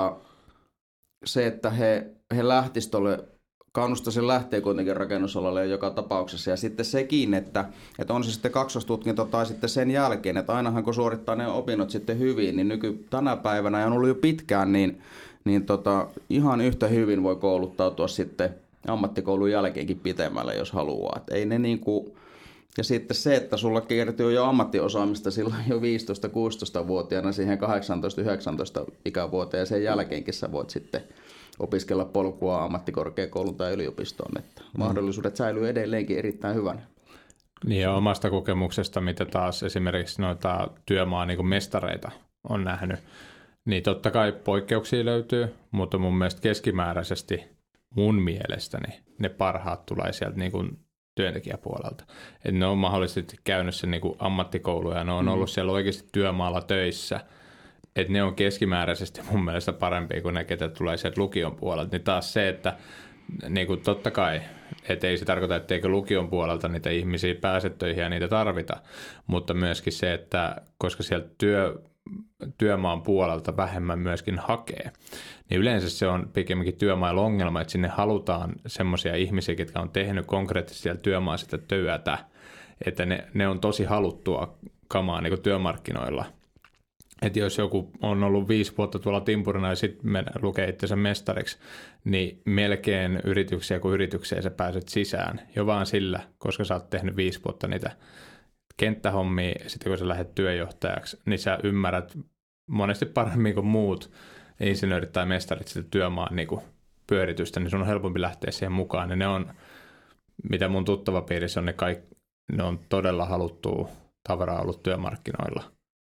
se, että he lähtisivät tuolle, kannustaisin lähtee kuitenkin rakennusalalle joka tapauksessa. Ja sitten sekin, että on se sitten kaksostutkinto tai sitten sen jälkeen, että ainahan kun suorittaa ne opinnot sitten hyvin, niin tänä päivänä ja on ollut jo pitkään, niin ihan yhtä hyvin voi kouluttautua sitten ammattikoulun jälkeenkin pitemmälle, jos haluaa. Et ei ne niinku, ja sitten se, että sulla kertyy jo ammattiosaamista silloin jo 15-16-vuotiaana siihen 18-19 ikävuoteen ja sen jälkeenkin sä voit sitten opiskella polkua ammattikorkeakoulun tai yliopistoon. Että mahdollisuudet säilyy edelleenkin erittäin hyvänä. Niin ja omasta kokemuksesta, mitä taas esimerkiksi noita työmaa niin kuin mestareita on nähnyt, niin totta kai poikkeuksia löytyy, mutta mun mielestä keskimääräisesti mun mielestäni ne parhaat tulee sieltä niin kuin työntekijäpuolelta. Että ne on mahdollisesti käynyt sen niin kuin ammattikouluja ja ne on ollut siellä oikeasti työmaalla töissä. Että ne on keskimääräisesti mun mielestä parempia kuin ne, ketä tulee sieltä lukion puolelta. Niin taas se, että niin kuin totta kai, että ei se tarkoita, etteikö lukion puolelta niitä ihmisiä pääse töihin ja niitä tarvita, mutta myöskin se, että koska sieltä työmaan puolelta vähemmän myöskin hakee, niin yleensä se on pikemminkin työmailla ongelma, että sinne halutaan semmoisia ihmisiä, jotka on tehnyt konkreettisesti siellä työmaa sitä työtä, että ne on tosi haluttua kamaa niin kuin työmarkkinoilla. Että jos joku on ollut 5 vuotta tuolla timpurina ja sitten lukee itsensä mestariksi, niin melkein yrityksiä kuin yritykseen sä pääset sisään jo vaan sillä, koska sä oot tehnyt 5 vuotta niitä kenttähommia, ja sitten kun sä lähdet työjohtajaksi, niin sä ymmärrät monesti paremmin kuin muut insinöörit tai mestarit sitä työmaan niin kuin pyöritystä, niin sun on helpompi lähteä siihen mukaan. Ja ne on, mitä mun tuttavapiirissä on, ne on todella haluttua tavaraa ollut työmarkkinoilla.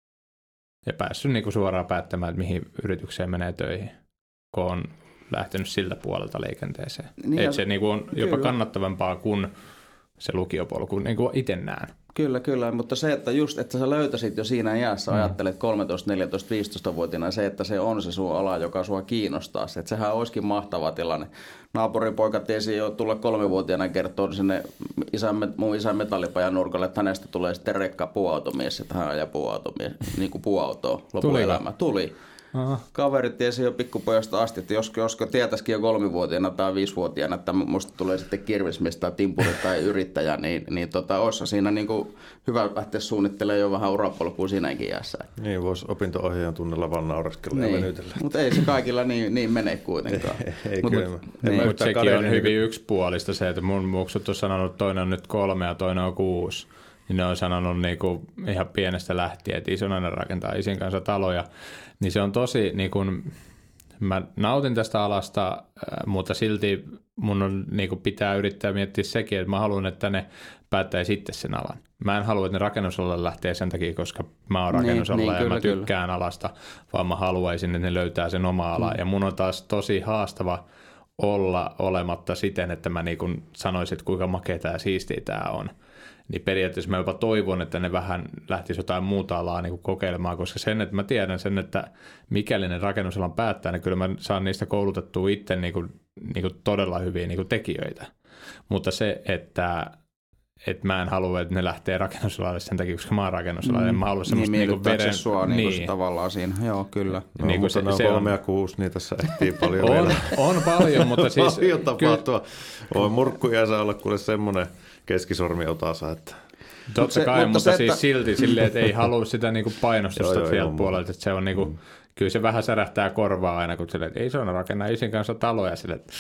Ja päässyt niin kuin suoraan päättämään, että mihin yritykseen menee töihin, kun on lähtenyt siltä puolelta liikenteeseen. Niin että se niin kuin on jopa kannattavampaa kuin se lukiopolku, niin kuin itse näen. Kyllä, mutta se, että just, että sä löytäisit jo siinä iässä, ajattelet 13, 14, 15-vuotiaana se, että se on se sun ala, joka sua kiinnostaa. Että sehän olisikin mahtava tilanne. Naapurin poika tiesi jo tulla 3-vuotiaana kertoo sinne mun isän metallipajan nurkalle, että hänestä tulee sitten rekka puuautomies, että hän ajaa niin kuin puuautoa loppuelämä. Tuli. Aha. Kaveri tiesi jo pikkupojasta asti, että josko tietäisikin jo 3-vuotiaana tai 5-vuotiaana, että musta tulee sitten kirvesmies tai timpuri tai yrittäjä, niin olisi siinä niin kuin hyvä lähteä suunnittelemaan jo vähän urapolkua siinäkin iässä. Niin, voisi opinto-ohjaajan tunnella vaan nauraskella ja venytellä. Mutta ei se kaikilla niin mene kuitenkaan. Mutta sekin on hyvin yksipuolista se, että mun muksut on sanonut, että toinen on nyt 3 ja toinen on 6. Niin ne on sanonut niinku ihan pienestä lähtien, että isona rakentaa isin kanssa taloja. Niin se on tosi, niin kun, mä nautin tästä alasta, mutta silti mun on, niin pitää yrittää miettiä sekin, että mä haluan, että ne päättäisi itse sen alan. Mä en halua, että ne rakennusalalle lähtee sen takia, koska mä oon rakennusalalla ja mä tykkään alasta, vaan mä haluaisin, että ne löytää sen oma ala. Ja mun on taas tosi haastava olla olematta siten, että mä niin kun sanoisin, että kuinka makeata ja siistiä tää on. Niin periaatteessa mä jopa toivon, että ne vähän lähtisi jotain muuta alaa niin kuin kokeilemaan, koska että mä tiedän sen, että mikäli ne rakennusalan päättää, niin kyllä mä saan niistä koulutettua itse niin kuin todella hyviä niin kuin tekijöitä. Mutta se, että mä en halua, että ne lähtee rakennusalalle sen takia, koska mä oon rakennusalalle. Mä haluan semmoista niin veren... sua niin tavallaan siinä. Joo, kyllä. No, niin mutta se 3 ja 6, niin tässä ehtii paljon vielä. On paljon, mutta siis... paljon tapahtua. Murkkuja saa olla kuule semmoinen keskisormiotasa, että... Totta kai, mutta siis silti silleen, että ei halua sitä niinku painostusta sieltä puolelta, että se on niinku... Kyllä se vähän särähtää korvaa aina, kun silleen, että ei se on rakenna isin kanssa taloja silleen, että...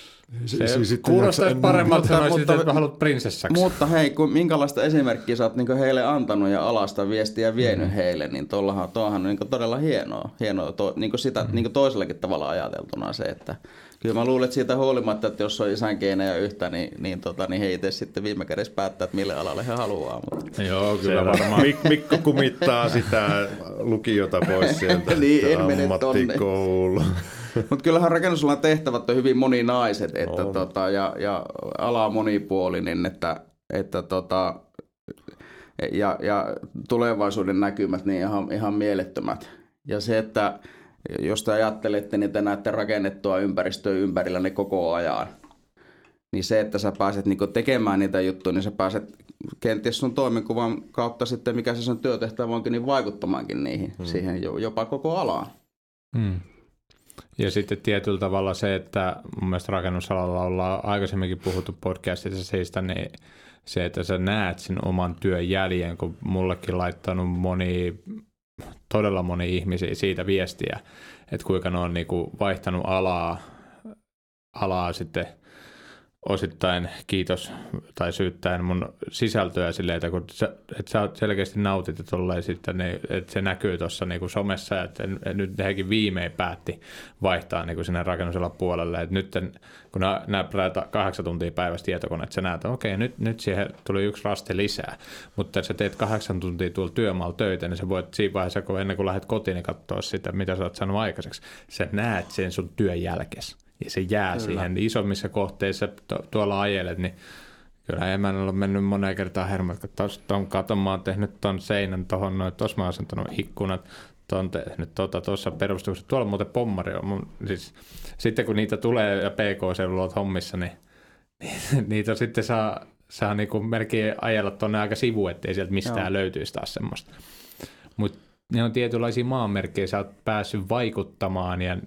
Se kuulostaisi paremmalta sanoisin, että mä haluat prinsessaksi. Mutta hei, minkälaista esimerkkiä sä oot niin heille antanut ja alasta viestiä vienyt heille, niin tuohan on niin todella hienoa niin sitä niin toisellakin tavalla ajateltuna se, että kyllä mä luulen, että siitä huolimatta, että jos on isän geenejä yhtä, niin he itse sitten viime kädessä päättää, että mille alalle he haluaa. Mutta. Joo, kyllä varmaan. Mikko kumittaa sitä lukiota pois sieltä niin, ammattikoulu. Mutta kyllähän rakennusalan tehtävät on hyvin moninaiset ja ala on monipuolinen, ja tulevaisuuden näkymät niin ihan mielettömät. Ja se, että jos te ajattelette, niin te näette rakennettua ympäristöä ympärillä koko ajan, niin se, että sä pääset niinku tekemään niitä juttuja, niin sä pääset kenties sun toimenkuvan kautta sitten, mikä se sun työtehtävä onkin, niin vaikuttamaankin niihin, siihen jopa koko alaan. Ja sitten tietyllä tavalla se, että mun mielestä rakennusalalla ollaan aikaisemminkin puhuttu podcastissa siitä, niin se, että sä näet sen oman työn jäljen, kun mullekin laittanut todella moni ihmisiä siitä viestiä, että kuinka ne on niinku vaihtanut alaa sitten osittain kiitos tai syyttäen mun sisältöä silleen, että kun sä selkeästi nautit ja tolleen sitten, niin, että se näkyy tuossa niinku somessa, että nyt hekin viimein päätti vaihtaa niinku sinne rakennusalan puolelle, että nyt kun nämä 8 tuntia päivässä tietokoneet, sä näet, että okei, nyt siihen tuli 1 raste lisää, mutta sä teet 8 tuntia tuolla työmaalla töitä, niin sä voit siinä vaiheessa, kun ennen kuin lähdet kotiin, niin katsoa sitä, mitä sä oot saanut aikaiseksi. Sä näet sen sun työn jälkeen. Ja se jää siihen isommissa kohteissa tuolla ajelet, niin kyllä emännällä on mennyt moneen kertaan hermot, että tuon katon mä oon tehnyt tuon seinän tuohon, tuossa mä oon asentanut ikkunat, tuon tehnyt tuossa perustuksessa. Tuolla muuten pommari on. Sitten kun niitä tulee ja PK-seudulla olet hommissa, niin niitä sitten saa niin kuin melkein ajella tuonne aika sivuun, ettei sieltä mistään löytyisi taas semmoista. Mutta ne on tietynlaisia maanmerkkejä, sä oot päässyt vaikuttamaan ja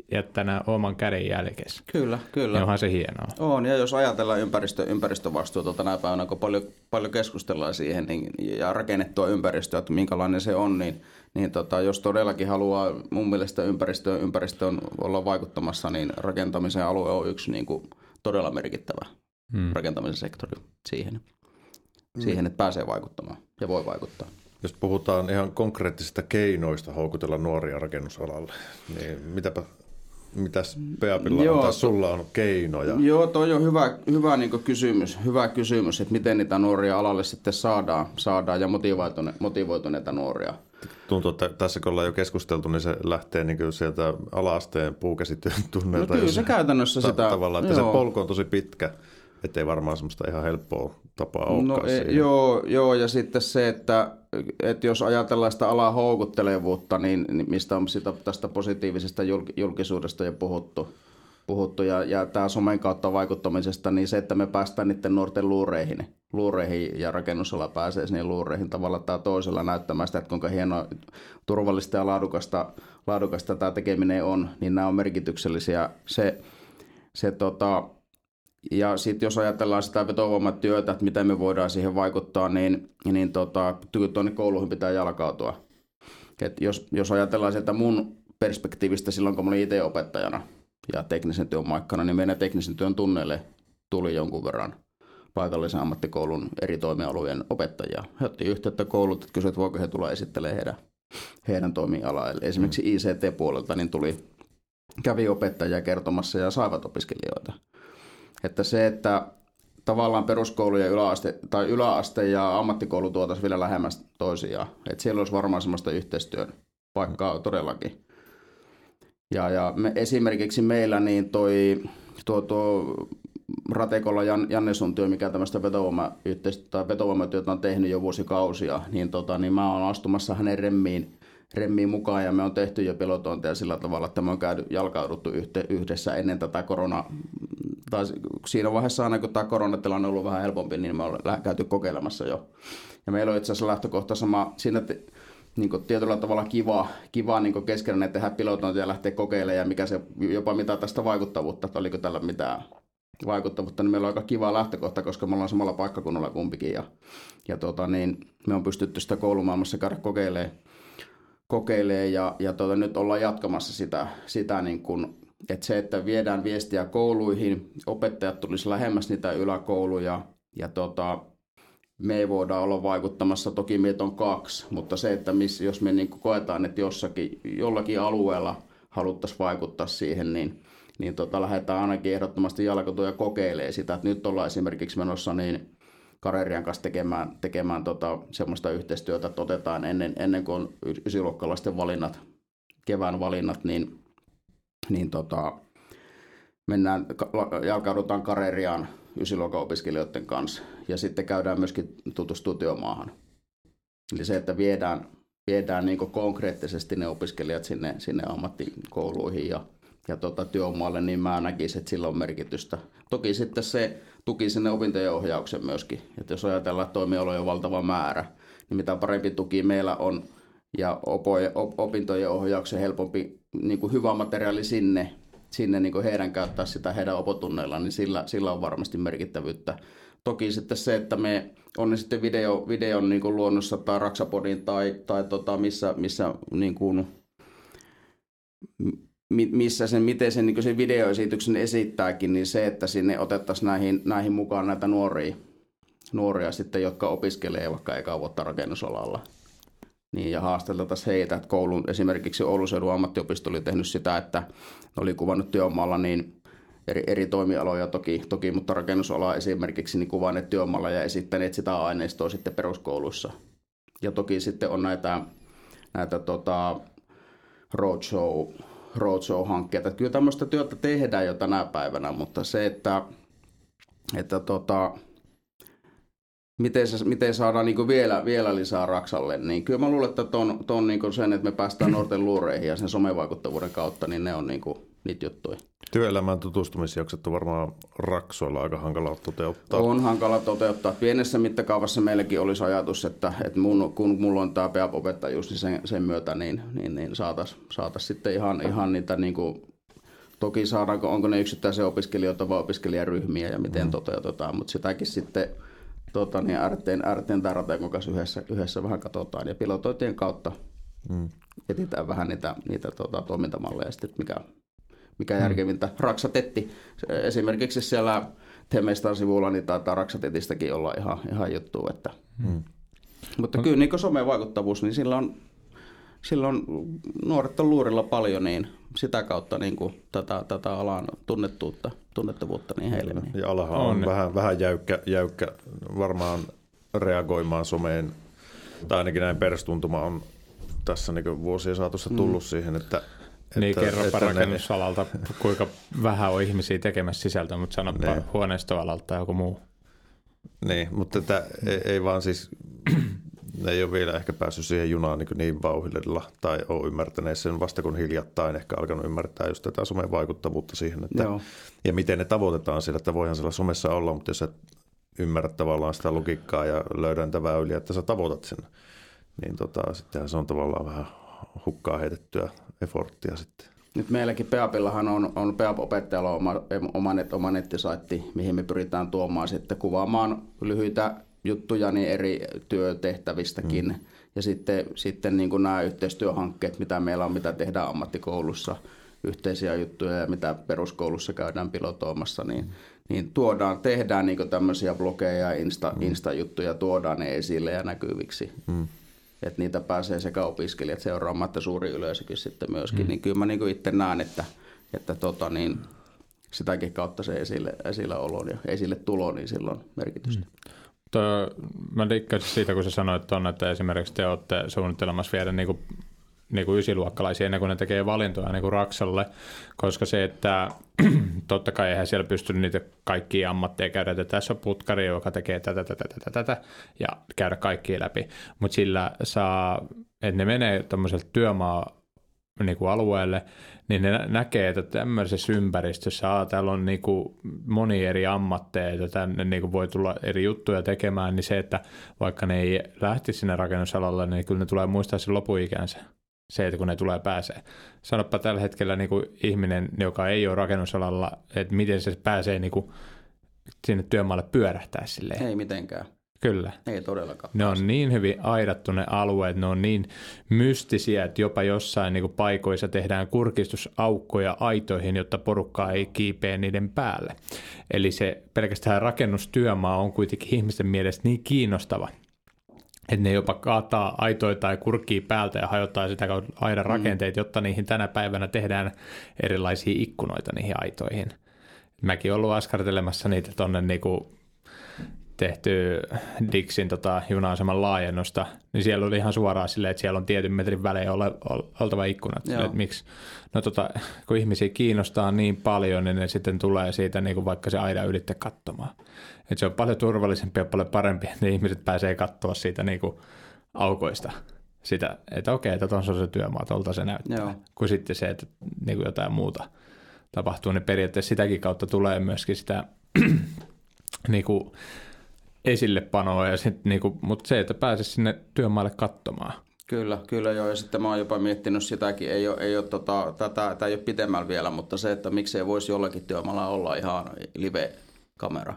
jättänä oman käden jälkeen. Kyllä. Ja onhan se hienoa. On, ja jos ajatellaan ympäristövastuuta tänä päivänä, kun paljon keskustellaan siihen ja rakennettua ympäristöä, että minkälainen se on, niin jos todellakin haluaa mun mielestä ympäristöön olla vaikuttamassa, niin rakentamisen alue on yksi niin kuin todella merkittävä rakentamisen sektori siihen, että pääsee vaikuttamaan ja voi vaikuttaa. Jos puhutaan ihan konkreettisista keinoista houkutella nuoria rakennusalalle, niin mitäs Peapilla on, sulla on keinoja? Joo, toi on hyvä niin kysymys, että miten niitä nuoria alalle sitten saadaan ja motivoituneita nuoria. Tuntuu, että tässä kun ollaan jo keskusteltu, niin se lähtee niin sieltä ala-asteen puukäsityön tunnelta. No kyllä se käytännössä sitä. Tavallaan, että se polku on tosi pitkä, ettei varmaan semmoista ihan helppoa tapaa olekaan. No, joo, ja sitten se, että jos ajatellaan sitä alan houkuttelevuutta, niin mistä on tästä positiivisesta julkisuudesta jo puhuttu ja tämä somen kautta vaikuttamisesta, niin se, että me päästään niiden nuorten luureihin ja rakennusala pääsee sinne luureihin tavalla tai toisella näyttämään sitä, että kuinka hienoa, turvallista ja laadukasta tämä tekeminen on, niin nämä on merkityksellisiä. Ja sitten jos ajatellaan sitä vetovoimatyötä, että miten me voidaan siihen vaikuttaa, niin tuonne kouluihin pitää jalkautua. Et jos ajatellaan sieltä mun perspektiivistä silloin, kun mä olin itse opettajana ja teknisen työn maikkana, niin meidän teknisen työn tunneille tuli jonkun verran paikallisen ammattikoulun eri toimialueen opettajia. He otti yhteyttä koulut, että kysyivät, voiko he tulla esittelemään heidän toimialaa. Esimerkiksi ICT-puolelta niin kävi opettajia kertomassa ja saivat opiskelijoita. Että se, että tavallaan peruskoulu ja yläaste ja ammattikoulu tuotaisiin vielä lähemmäs toisiaan. Että siellä olisi varmaan sellaista yhteistyön paikkaa todellakin. Ja esimerkiksi meillä niin tuo Ratekolla Janne sun työ, mikä tämmöistä vetovoimatyötä on tehnyt jo vuosikausia, niin mä oon astumassa hänen remmiin mukaan ja me on tehty jo pilotointeja sillä tavalla, että me on jalkauduttu yhdessä ennen tätä tai siinä vaiheessa aina kun tämä koronatilanne on ollut vähän helpompi, niin me ollaan käyty kokeilemassa jo. Ja meillä on itse asiassa lähtökohta sama siinä, niin tietyllä tavalla kiva niin keskenään tehdä pilotointia ja lähteä kokeilemaan ja mikä se jopa mitä tästä vaikuttavuutta, että oliko tällä mitään vaikuttavuutta, niin meillä on aika kiva lähtökohta, koska me ollaan samalla paikkakunnalla kumpikin ja niin me on pystytty sitä koulumaailmassa käydä kokeilee ja nyt ollaan jatkamassa sitä niin kuin, että se, että viedään viestiä kouluihin, opettajat tulisi lähemmäs niitä yläkouluja ja me ei voida olla vaikuttamassa, toki meitä on 2, mutta se, että jos me niin kuin koetaan, että jollakin alueella haluttaisiin vaikuttaa siihen, niin lähdetään ainakin ehdottomasti jalkautua ja kokeilee sitä, että nyt ollaan esimerkiksi menossa niin Karerian kanssa tekemään semmoista yhteistyötä, että otetaan ennen kuin on ysiluokkalaisten valinnat, kevään valinnat, niin jalkaudutaan Kareriaan ysiluokan opiskelijoiden kanssa ja sitten käydään myöskin tutustua työmaahan. Eli se, että viedään niin kuin konkreettisesti ne opiskelijat sinne ammattikouluihin ja työmaalle, niin mä näkisin, että sillä on merkitystä. Toki sitten se tuki sinne opintojen ohjauksen myöskin. Että jos ajatellaan, että toimialoja on valtava määrä, niin mitä parempi tuki meillä on ja opintojen ohjauksen helpompi niin kuin hyvä materiaali sinne niin kuin heidän käyttää sitä heidän opotunneillaan, niin sillä on varmasti merkittävyyttä. Toki sitten se, että me on ne sitten videon niin kuin luonnossa tai Raksapodin tai missä niin kuin miten sen, niin sen videoesityksen esittääkin, niin se, että sinne otettaisiin näihin mukaan näitä nuoria sitten, jotka opiskelee vaikka eka vuotta rakennusalalla. Niin, ja haasteltaisiin heitä, että esimerkiksi Oulun seudun ammattiopisto oli tehnyt sitä, että oli kuvannut työmaalla niin eri toimialoja toki, mutta rakennusalaa esimerkiksi niin kuvanneet työmaalla ja esittäneet sitä aineistoa sitten peruskouluissa. Ja toki sitten on näitä roadshow-hankkeita. Kyllä tämmöistä työtä tehdään jo tänä päivänä, mutta se, että miten saadaan niin vielä lisää Raksalle, niin kyllä mä luulen, että ton niin sen, että me päästään nuorten luureihin ja sen somevaikuttavuuden kautta, niin ne on niin niitä juttuja. Työelämään tutustumisjakset on varmaan Raksoilla aika hankala toteuttaa. On hankala toteuttaa. Pienessä mittakaavassa meilläkin olisi ajatus, että kun mulla on tämä PEAP-opettajuus, niin sen myötä niin saataisiin sitten ihan niitä niin kuin toki saadaanko, onko ne yksittäisiä opiskelijoita vai opiskelijaryhmiä ja miten toteutetaan, mutta sitäkin sitten RT:n tai Ratekon kanssa yhdessä vähän katsotaan ja pilotointien kautta etsitään vähän niitä toimintamalleja sitten, mikä järkevintä. Raksatetti, esimerkiksi siellä Temestan sivulla niin taitaa Raksatetistäkin olla ihan juttu. Mutta kyllä niin somen vaikuttavuus, niin silloin nuoret on luurilla paljon, niin sitä kautta niin kuin tätä alan tunnettavuutta niin heille. Ja alahan on vähän jäykkä varmaan reagoimaan someen, tai ainakin näin perustuntuma on tässä niin vuosien saatossa tullut siihen, että niin, kerropa rakennusalalta, kuinka vähän on ihmisiä tekemässä sisältöä, mutta sanopa huoneistoalalta tai joku muu. Niin, mutta ei vaan siis, ne ei ole vielä ehkä päässyt siihen junaan niin vauhdilla tai ole ymmärtäneet sen vasta kun hiljattain ehkä alkanut ymmärtää just tätä somen vaikuttavuutta siihen, että, ja miten ne tavoitetaan sillä, että voihan siellä somessa olla, mutta jos et ymmärrä tavallaan sitä logiikkaa ja löydä niitä väyliä, että sä tavoitat sen, niin sittenhän se on tavallaan vähän hukkaa heitettyä efforttia sitten. Nyt meilläkin PEAPillahan on PEAP-opettajalla oma nettisaitti, mihin me pyritään tuomaan sitten kuvaamaan lyhyitä juttuja niin eri työtehtävistäkin. Ja sitten niin kuin nämä yhteistyöhankkeet, mitä meillä on, mitä tehdään ammattikoulussa, yhteisiä juttuja ja mitä peruskoulussa käydään pilotoimassa, niin tehdään niin kuin tämmöisiä blogeja ja Insta-juttuja, tuodaan ne esille ja näkyviksi. Että niitä pääsee sekä opiskelijat seuraamaan, että suuri yleisökin sitten myöskin. Niin kyllä mä niin kuin itse näen, että sitäkin kautta se esillä olo ja esille tulo, niin sillä on merkitystä. Mä dikkasin siitä, kun sä sanoit tuonne, että esimerkiksi te olette suunnittelemassa viedä niin kuin ysiluokkalaisia ennen kuin ne tekee valintoja niin kuin Raksalle, koska se, että totta kai eihän siellä pysty niitä kaikkia ammatteja käydä, että tässä on putkari, joka tekee tätä ja käydä kaikkia läpi, mutta sillä saa, että ne menee tämmöiselle työmaa-alueelle, niin ne näkee, että tämmöisessä ympäristössä täällä on niin kuin moni eri ammatteja, että tänne niin kuin voi tulla eri juttuja tekemään, niin se, että vaikka ne ei lähtisi sinne rakennusalalle, niin kyllä ne tulee muistaa sen lopuikänsä. Se, että kun ne tulee pääsee. Sanoppa tällä hetkellä niin kuin ihminen, joka ei ole rakennusalalla, että miten se pääsee niin kuin sinne työmaalle pyörähtää silleen. Ei mitenkään. Kyllä. Ei todellakaan. Ne on niin hyvin aidattu ne alueet, ne on niin mystisiä, että jopa jossain niin kuin paikoissa tehdään kurkistusaukkoja aitoihin, jotta porukkaa ei kiipeä niiden päälle. Eli se pelkästään rakennustyömaa on kuitenkin ihmisten mielestä niin kiinnostava, että ne jopa kaataa aitoja tai kurkkii päältä ja hajottaa sitä kautta aidan rakenteet, jotta niihin tänä päivänä tehdään erilaisia ikkunoita niihin aitoihin. Mäkin olen ollut askartelemassa niitä tuonne niinku tehty Dixin juna-aseman laajennusta, niin siellä oli ihan suoraan silleen, että siellä on tietyn metrin välein oltava ikkunat. Että miksi? No kun ihmisiä kiinnostaa niin paljon, niin ne sitten tulee siitä niin kuin vaikka se aidan ylitse katsomaan. Että se on paljon turvallisempi ja paljon parempi, että ne ihmiset pääsee katsoa siitä niin kuin aukoista sitä, että okei, että tuossa on se työmaa, tuolta se näyttää. Kuin sitten se, että niin kuin jotain muuta tapahtuu, niin periaatteessa sitäkin kautta tulee myöskin sitä niin kuin esillepanoa, ja niinku, mutta se, että pääsisi sinne työmaalle katsomaan. Kyllä joo, ja sitten mä oon jopa miettinyt sitäkin, tämä ei ole pitemmällä vielä, mutta se, että miksei voisi jollakin työmaalla olla ihan live-kamera.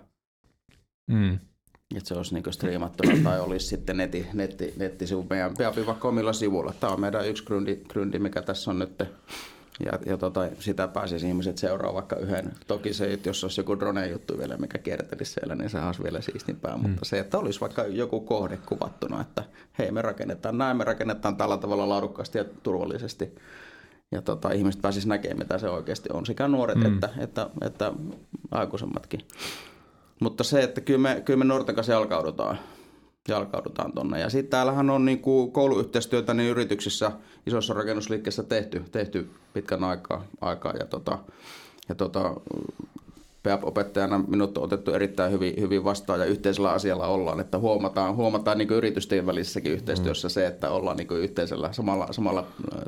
Että se olisi niinku striimattuna tai olisi sitten nettisivu meidän PEAP.comilla sivulla. Tämä on meidän yksi gryndi, mikä tässä on nyt. Ja sitä pääsisi ihmiset seuraa vaikka yhden. Toki se, että jos olisi joku drone-juttu vielä, mikä kiertelisi siellä, niin se olisi vielä siistimpää. Mutta se, että olisi vaikka joku kohde kuvattuna, että hei, me rakennetaan tällä tavalla laadukkaasti ja turvallisesti. Ja ihmiset pääsisi näkemään, mitä se oikeasti on. Sekä nuoret että aikuisemmatkin. Mutta se, että kyllä me nuorten kanssa jalkaudutaan tuonne. Ja sitten täällähän on niinku kouluyhteistyötä niin yrityksissä, isossa rakennusliikkeessä tehty pitkän aikaa. Ja PEAP-opettajana minut on otettu erittäin hyvin vastaan ja yhteisellä asialla ollaan, että huomataan niinku yritysten välisessäkin yhteistyössä se, että ollaan niinku yhteisellä samalla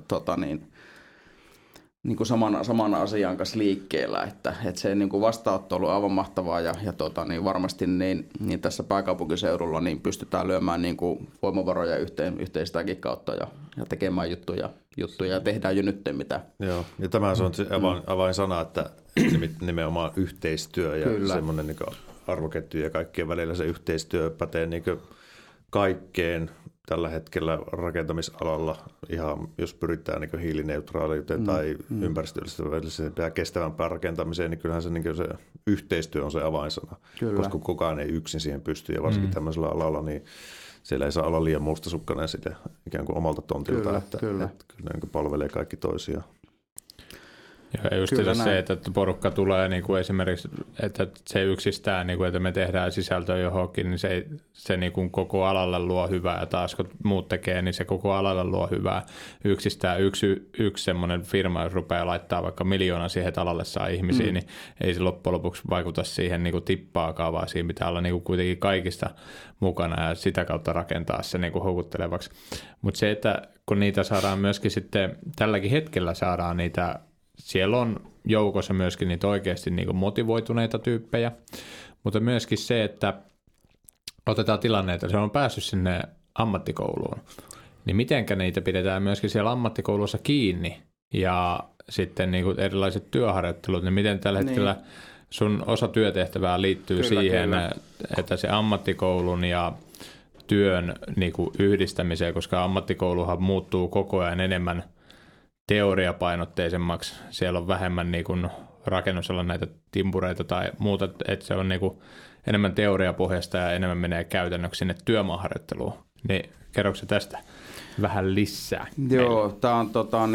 niin kuin saman asian kanssa liikkeellä, että se niin kuin vastaanotto on ollut aivan mahtavaa ja niin varmasti niin tässä pääkaupunkiseudulla niin pystytään lyömään niin kuin voimavaroja yhteen sitäkin kautta ja tekemään juttuja juttuja ja tehdään jo nyt mitä. Joo, ja tämä on se avainsana, että nimenomaan yhteistyö ja Kyllä. semmoinen niin arvoketju ja kaikkien välillä se yhteistyö pätee niin kaikkeen tällä hetkellä rakentamisalalla, ihan jos pyritään niin hiilineutraaliuteen tai ympäristölliseen ja kestävämpään rakentamiseen, niin kyllähän se, niin se yhteistyö on se avainsana, Kyllä. koska kukaan ei yksin siihen pysty, ja varsinkin tämmöisellä alalla, niin siellä ei saa olla liian mustasukkainen sitä ikään kuin omalta tontilta, Kyllä, että kyllä. ne niin palvelee kaikki toisiaan. Ja just se, että porukka tulee niin kuin esimerkiksi, että se yksistään, niin kuin, että me tehdään sisältöä johonkin, niin se niin kuin koko alalle luo hyvää. Ja taas kun muut tekee, niin se koko alalle luo hyvää. Yksistään yksi semmoinen firma, jos rupeaa laittaa vaikka 1 miljoona siihen, että alalle saa ihmisiä, niin ei se loppujen lopuksi vaikuta siihen niin kuin tippaakaan, vaan siinä pitää olla niin kuin kuitenkin kaikista mukana ja sitä kautta rakentaa se niin kuin houkuttelevaksi. Mutta se, että kun niitä saadaan myöskin sitten, tälläkin hetkellä saadaan niitä, siellä on joukossa myöskin niitä oikeasti niin kuin motivoituneita tyyppejä, mutta myöskin se, että otetaan tilanne, että se on päässyt sinne ammattikouluun, niin mitenkä niitä pidetään myöskin siellä ammattikoulussa kiinni ja sitten niin kuin erilaiset työharjoittelut, niin miten tällä hetkellä sun osa työtehtävää liittyy siihen, että se ammattikoulun ja työn niin kuin yhdistämiseen, koska ammattikouluhan muuttuu koko ajan enemmän teoriapainotteisemmaksi. Siellä on vähemmän niin kuin rakennusalan näitä timpureita tai muuta, että se on niin kuin enemmän teoriapohjasta ja enemmän menee käytännöksi sinne työmaaharjoitteluun. Niin kerroksä tästä vähän lisää? Joo, tämä on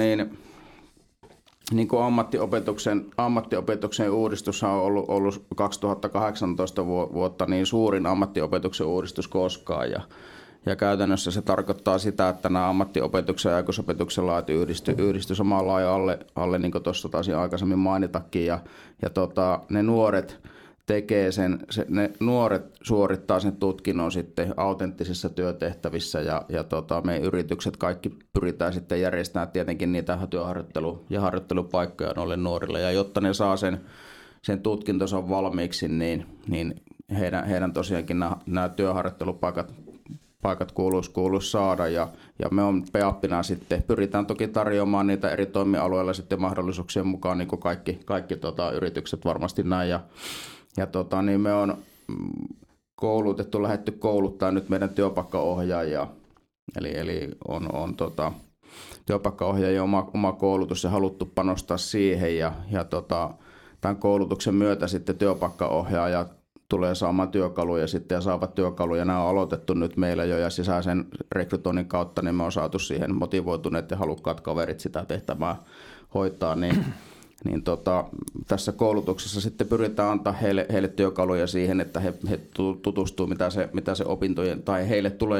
niin kuin ammattiopetuksen uudistus on ollut 2018 vuotta niin suurin ammattiopetuksen uudistus koskaan ja käytännössä se tarkoittaa sitä, että nämä ammattiopetuksen ja aikuisopetuksen laat yhdisty samaan laajan alle niin kuin tuossa taisin aikaisemmin mainitakin ja ne nuoret ne nuoret suorittaa sen tutkinnon sitten autenttisissa työtehtävissä ja meidän yritykset kaikki pyritään sitten järjestämään tietenkin niitä ja harjoittelupaikkoja noille nuorille ja jotta ne saa sen tutkintonsa valmiiksi, niin heidän tosiaankin nämä työharjoittelupaikat kuuluisi saada ja me on PEAPina sitten, pyritään toki tarjoamaan niitä eri toimialueilla sitten mahdollisuuksien mukaan niin kuin kaikki yritykset varmasti näin niin me on lähdetty kouluttaa nyt meidän työpaikkaohjaajia, eli on työpaikkaohjaajien oma koulutus ja haluttu panostaa siihen ja tämän koulutuksen myötä sitten työpaikkaohjaajat tulee saamaan työkaluja sitten ja saavat työkaluja. Nämä on aloitettu nyt meillä jo ja sisäisen rekrytoinnin kautta, niin me on saatu siihen motivoituneet ja halukkaat kaverit sitä tehtävää hoitaa, niin tässä koulutuksessa sitten pyritään antaa heille työkaluja siihen, että he tutustuu, mitä se opintojen, tai heille tulee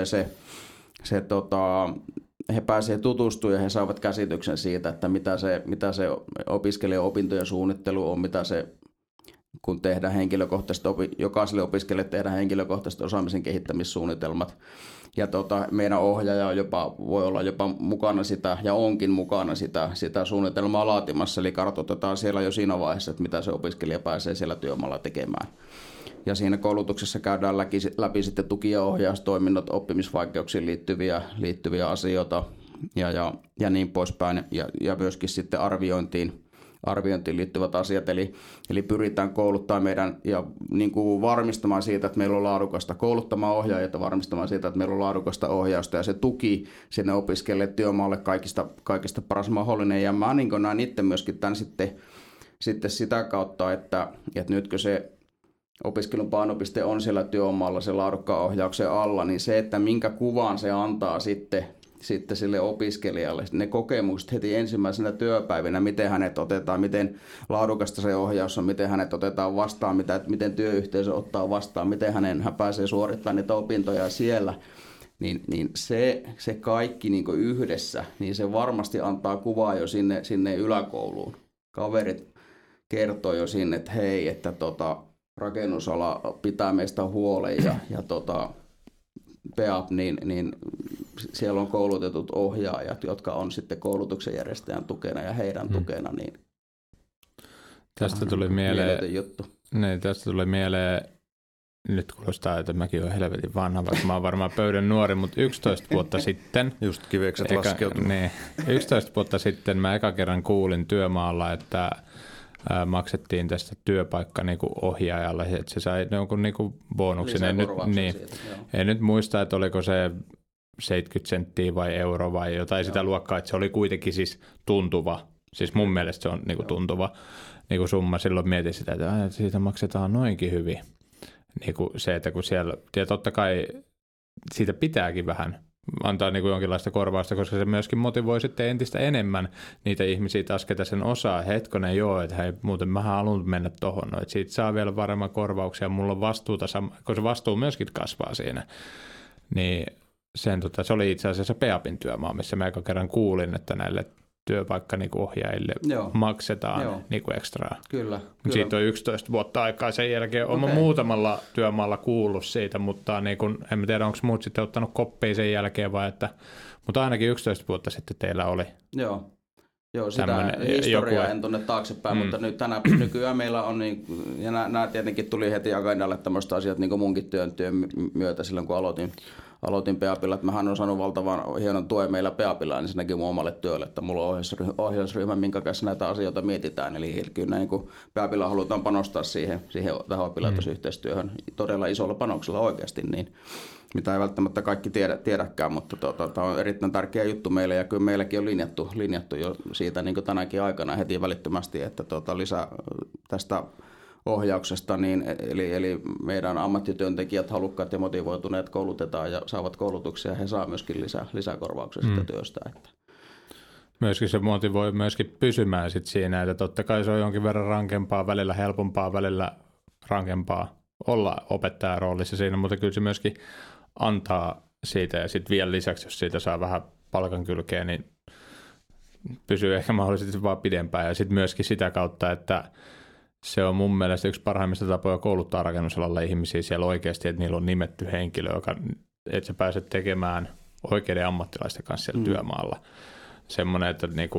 he pääsevät tutustumaan ja he saavat käsityksen siitä, että mitä se opiskelijan opintojen suunnittelu on, mitä se, kun tehdään jokaiselle opiskelijalle tehdään henkilökohtaiset osaamisen kehittämissuunnitelmat. Ja meidän ohjaaja voi olla jopa mukana sitä ja onkin mukana sitä suunnitelmaa laatimassa. Eli kartoitetaan siellä jo siinä vaiheessa, että mitä se opiskelija pääsee siellä työmaalla tekemään. Ja siinä koulutuksessa käydään läpi sitten tuki- ja ohjaustoiminnot, oppimisvaikeuksiin liittyviä asioita ja niin poispäin. Ja myöskin sitten arviointiin liittyvät asiat, eli pyritään kouluttamaan meidän ja niin kuin varmistamaan siitä, että meillä on laadukasta, kouluttamaan ohjaajia varmistamaan siitä, että meillä on laadukasta ohjausta ja se tuki sinne opiskelijalle työmaalle kaikista paras mahdollinen. Ja mä niin kuin näen itse myöskin tämän sitten sitä kautta, että nytkö se opiskelun painopiste on siellä työmaalla se laadukkaan ohjauksen alla, niin se, että minkä kuvan se antaa sitten sille opiskelijalle, ne kokemukset heti ensimmäisenä työpäivinä, miten hänet otetaan, miten laadukasta se ohjaus on, miten hänet otetaan vastaan, miten työyhteisö ottaa vastaan, miten hän pääsee suorittamaan niitä opintoja siellä, niin se kaikki niin kuin yhdessä, niin se varmasti antaa kuvaa jo sinne yläkouluun. Kaverit kertoo jo sinne, että hei, että rakennusala pitää meistä huolen ja PEAP, niin siellä on koulutetut ohjaajat, jotka on sitten koulutuksen järjestäjän tukena ja heidän tukena. Niin tästä tuli mieleen nyt kuulostaa, että mäkin olen helvetin vanha, vaikka mä oon varmaan pöydän nuori, mutta 11 vuotta sitten. Just kivekset laskeutunut. Niin, 11 vuotta sitten mä eka kerran kuulin työmaalla, että maksettiin tästä työpaikka niinku ohjaajalle, että se sai jonkun niinku bonuksen. En nyt muista, että oliko se 70 senttiä vai euro vai jotain sitä luokkaa, että se oli kuitenkin siis tuntuva. Siis mun mielestä se on niinku tuntuva niinku summa. Silloin mietin sitä, että siitä maksetaan noinkin hyvin. Niinku se, että kun siellä, ja totta kai siitä pitääkin vähän antaa niinku jonkinlaista korvausta, koska se myöskin motivoi sitten entistä enemmän niitä ihmisiä taas, ketä sen osaa. Hetkonen joo, että hei, muuten mä haluan mennä tohon, että siitä saa vielä varmaan korvauksia, mulla on vastuuta, kun se vastuu myöskin kasvaa siinä. Niin se oli itse asiassa Peapin työmaa, missä mä eka kerran kuulin, että näille työpaikka niinku ohjaajille maksetaan niinku ekstraa. Kyllä. Siitä on 11 vuotta aikaa. Sen jälkeen olen muutamalla työmaalla kuullut siitä, mutta niinku, en tiedä, onko muut sitten ottanut koppia sen jälkeen vai että, mutta ainakin 11 vuotta sitten teillä oli. Joo, sitä historiaa en tunne taaksepäin, mutta nyt nykyään meillä on, niin, ja nämä tietenkin tuli heti agendalle tämmöiset asiat niin kuin munkin työn myötä silloin, kun aloitin Peapilla, että mähän on saanut valtavan hienon tuen meillä Peapilla, niin se näki mun omalle työlle, että mulla on ohjausryhmä, minkä kanssa näitä asioita mietitään, eli kyllä niin kuin Peapilla halutaan panostaa siihen tähän oppilaitosyhteistyöhön todella isolla panoksella oikeasti, niin mitä ei välttämättä kaikki tiedäkään, mutta tämä on erittäin tärkeä juttu meille, ja kyllä meilläkin on linjattu jo siitä niin kuin tänäkin aikana heti välittömästi, että lisää tästä ohjauksesta, niin, eli meidän ammattityöntekijät, halukkaat ja motivoituneet koulutetaan ja saavat koulutuksia, he saa myöskin lisäkorvauksia sitä työstä. Että. Myöskin se motivoi myöskin pysymään sit siinä, että totta kai se on jonkin verran rankempaa, välillä helpompaa, välillä rankempaa olla opettajan roolissa siinä, mutta kyllä se myöskin antaa siitä ja sitten vielä lisäksi, jos siitä saa vähän palkan kylkeen, niin pysyy ehkä mahdollisesti vaan pidempään ja sitten myöskin sitä kautta, että se on mun mielestä yksi parhaimmista tapoja kouluttaa rakennusalalla ihmisiä siellä oikeasti, että niillä on nimetty henkilö, että sä pääset tekemään oikeiden ammattilaisten kanssa siellä työmaalla. Semmoinen,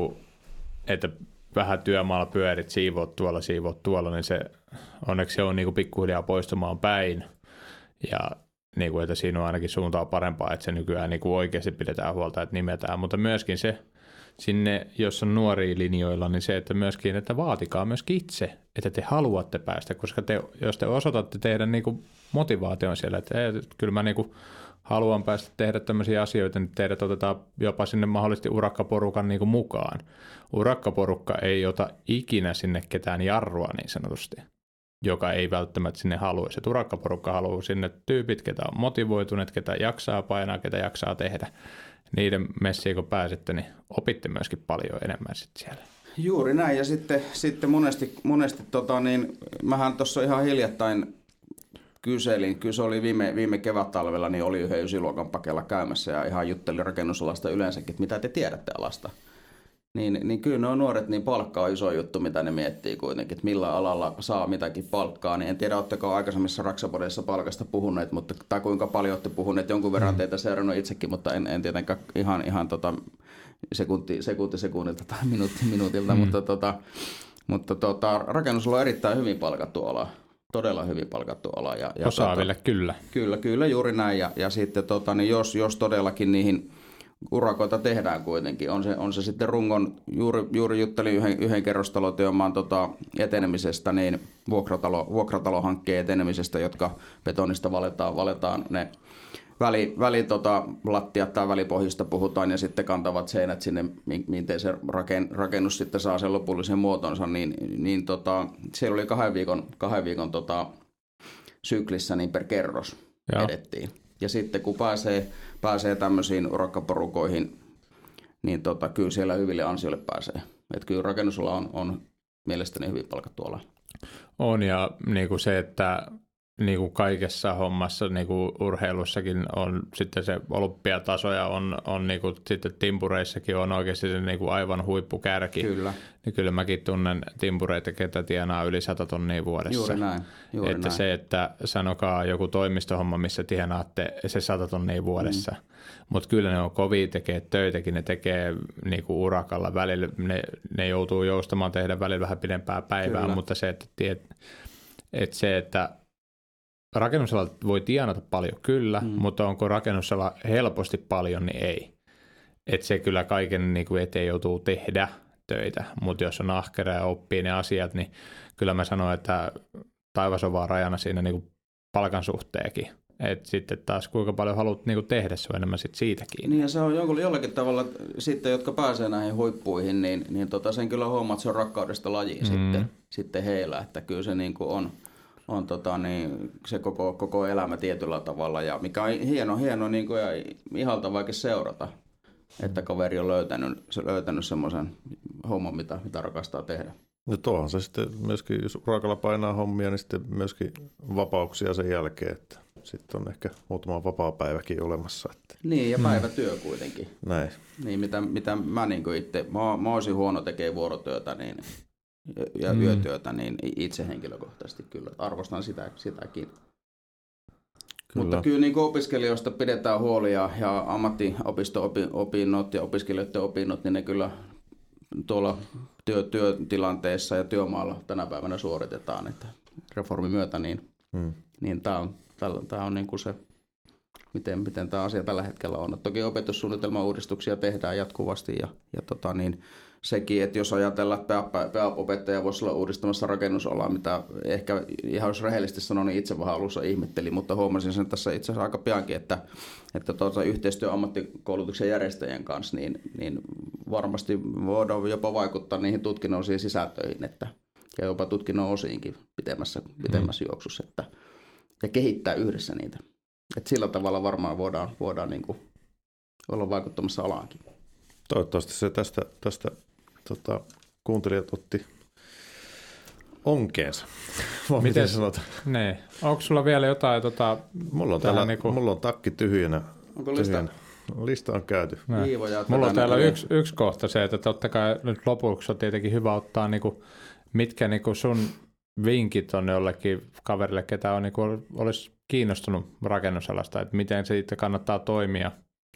että vähän työmaalla pyörit, siivoot tuolla, niin se onneksi se on niin kuin pikkuhiljaa poistumaan päin. Ja niin kuin, että siinä on ainakin suuntaa parempaa, että se nykyään niin kuin oikeasti pidetään huolta, että nimetään. Mutta myöskin se sinne, jos on nuoria linjoilla, niin se, että myöskin, että vaatikaa myöskin itse, että te haluatte päästä, koska jos te osoitatte teidän niin kuin motivaation siellä, että kyllä mä niin kuin haluan päästä tehdä tämmöisiä asioita, niin teidät otetaan jopa sinne mahdollisesti urakkaporukan niin kuin mukaan. Urakkaporukka ei ota ikinä sinne ketään jarrua niin sanotusti, joka ei välttämättä sinne haluaisi. Urakkaporukka haluaa sinne tyypit, ketä on motivoituneet, ketä jaksaa painaa, ketä jaksaa tehdä. Niiden messiin kun pääsette, niin opitte myöskin paljon enemmän sitten siellä. Juuri näin, ja sitten monesti mähän tuossa ihan hiljattain kyselin, kyllä se oli viime kevättalvella, niin oli yhden ysiluokan pakella käymässä ja ihan juttelin rakennusalasta yleensäkin, että mitä te tiedätte alasta. Niin kyllä nuo nuoret, niin palkka on iso juttu, mitä ne miettii kuitenkin, että millä alalla saa mitäkin palkkaa. Niin en tiedä, oletteko aikaisemmissa Raksapodeissa palkasta puhuneet, tai kuinka paljon olette puhuneet, jonkun verran teitä seurannut itsekin, mutta en tietenkään ihan sekunti sekunnilta tai minuutilta, mutta rakennusala on erittäin hyvin palkattu ala. Todella hyvin palkattu ala. Ja osaaville kyllä. Kyllä, juuri näin. Ja sitten niin jos todellakin niihin urakoita tehdään kuitenkin, on se sitten rungon, juuri juttelin yhden kerrostalotyömaan etenemisestä, niin vuokratalohankkeen etenemisestä, jotka betonista valetaan ne lattiat tai välipohjista puhutaan ja sitten kantavat seinät sinne, miten se rakennus sitten saa sen lopullisen muotonsa, niin siellä oli 2 viikon syklissä niin per kerros edettiin. Ja sitten kun pääsee tämmöisiin urakkaporukoihin, niin kyllä siellä hyville ansioille pääsee. Että kyllä rakennusala on mielestäni hyvin palkattu ala. On, ja niin kuin se, että niin kuin kaikessa hommassa, niin kuin urheilussakin on sitten se olympiataso ja on niin kuin sitten timpureissakin on oikeasti se niin kuin aivan huippukärki. Kyllä. Niin kyllä mäkin tunnen timpureita, ketä tienaa yli 100 tonnia vuodessa. Juuri näin. Se, että sanokaa joku toimistohomma, missä tienaatte se 100 tonnia vuodessa. Mutta kyllä ne on kovia, tekee töitäkin, ne tekee niin kuin urakalla välillä, ne joutuu joustamaan tehdä välillä vähän pidempää päivää, kyllä. Mutta se, että rakennusala voi tienata paljon kyllä, mutta onko rakennusala helposti paljon, niin ei. Että se kyllä kaiken niin kuin eteen joutuu tehdä töitä, mutta jos on ahkera ja oppii ne asiat, niin kyllä mä sanon, että taivas on vaan rajana siinä niin kuin palkan suhteekin. Että sitten taas kuinka paljon haluat niin kuin tehdä, se on enemmän sit siitä kiinni. Niin ja se on jollakin tavalla sitten, jotka pääsee näihin huippuihin, niin sen kyllä huomaa, että se on rakkaudesta lajiin sitten heillä, että kyllä se niin kuin on se koko elämä tietyllä tavalla ja mikä on hieno niin kuin, ja ihaltavaakin seurata, että kaveri on löytänyt semmoisen homman, mitä rakastaa tehdä. No tuohan se sitten myöskin, jos urakalla painaa hommia, niin sitten myöskin vapauksia sen jälkeen, että sitten on ehkä muutama vapaapäiväkin olemassa. Että. Niin, ja päivätyö kuitenkin. Näin. Niin, mitä mä niin kuin itse, mä olisin huono tekee vuorotyötä niin, ja yötyötä, niin itse henkilökohtaisesti kyllä arvostan sitäkin. Kyllä. Mutta kyllä niin kuin opiskelijoista pidetään huoli ja ammattiopisto-opinnot ja opiskelijoiden opinnot, niin ne kyllä tuolla työtilanteessa ja työmaalla tänä päivänä suoritetaan, että reformin myötä, niin tämä on niin kuin se, miten tämä asia tällä hetkellä on. Toki opetussuunnitelman uudistuksia tehdään jatkuvasti ja sekin, että jos ajatellaan, että PA-opettaja voisi olla uudistamassa rakennusalaa, mitä ehkä ihan jos rehellisesti sanon, niin itse vähän alussa ihmettelin, mutta huomasin sen tässä itse asiassa aika piankin, että yhteistyö ammattikoulutuksen järjestäjien kanssa, niin varmasti voidaan jopa vaikuttaa niihin tutkinnollisiin sisältöihin, ja jopa tutkinnon osiinkin pitemmässä juoksussa, ja kehittää yhdessä niitä. Et sillä tavalla varmaan voidaan niin kuin olla vaikuttamassa alaankin. Toivottavasti se tästä kuuntelijat otti onkeensa. Miten sanot? Ne. Onko sulla vielä jotain? Mulla on takki tyhjänä. Onko lista? Lista on käyty. Mulla on täällä yksi kohta se, että totta kai nyt lopuksi on tietenkin hyvä ottaa, mitkä sun vinkit on jollekin kaverille, ketä on, olisi kiinnostunut rakennusalasta, että miten siitä kannattaa toimia.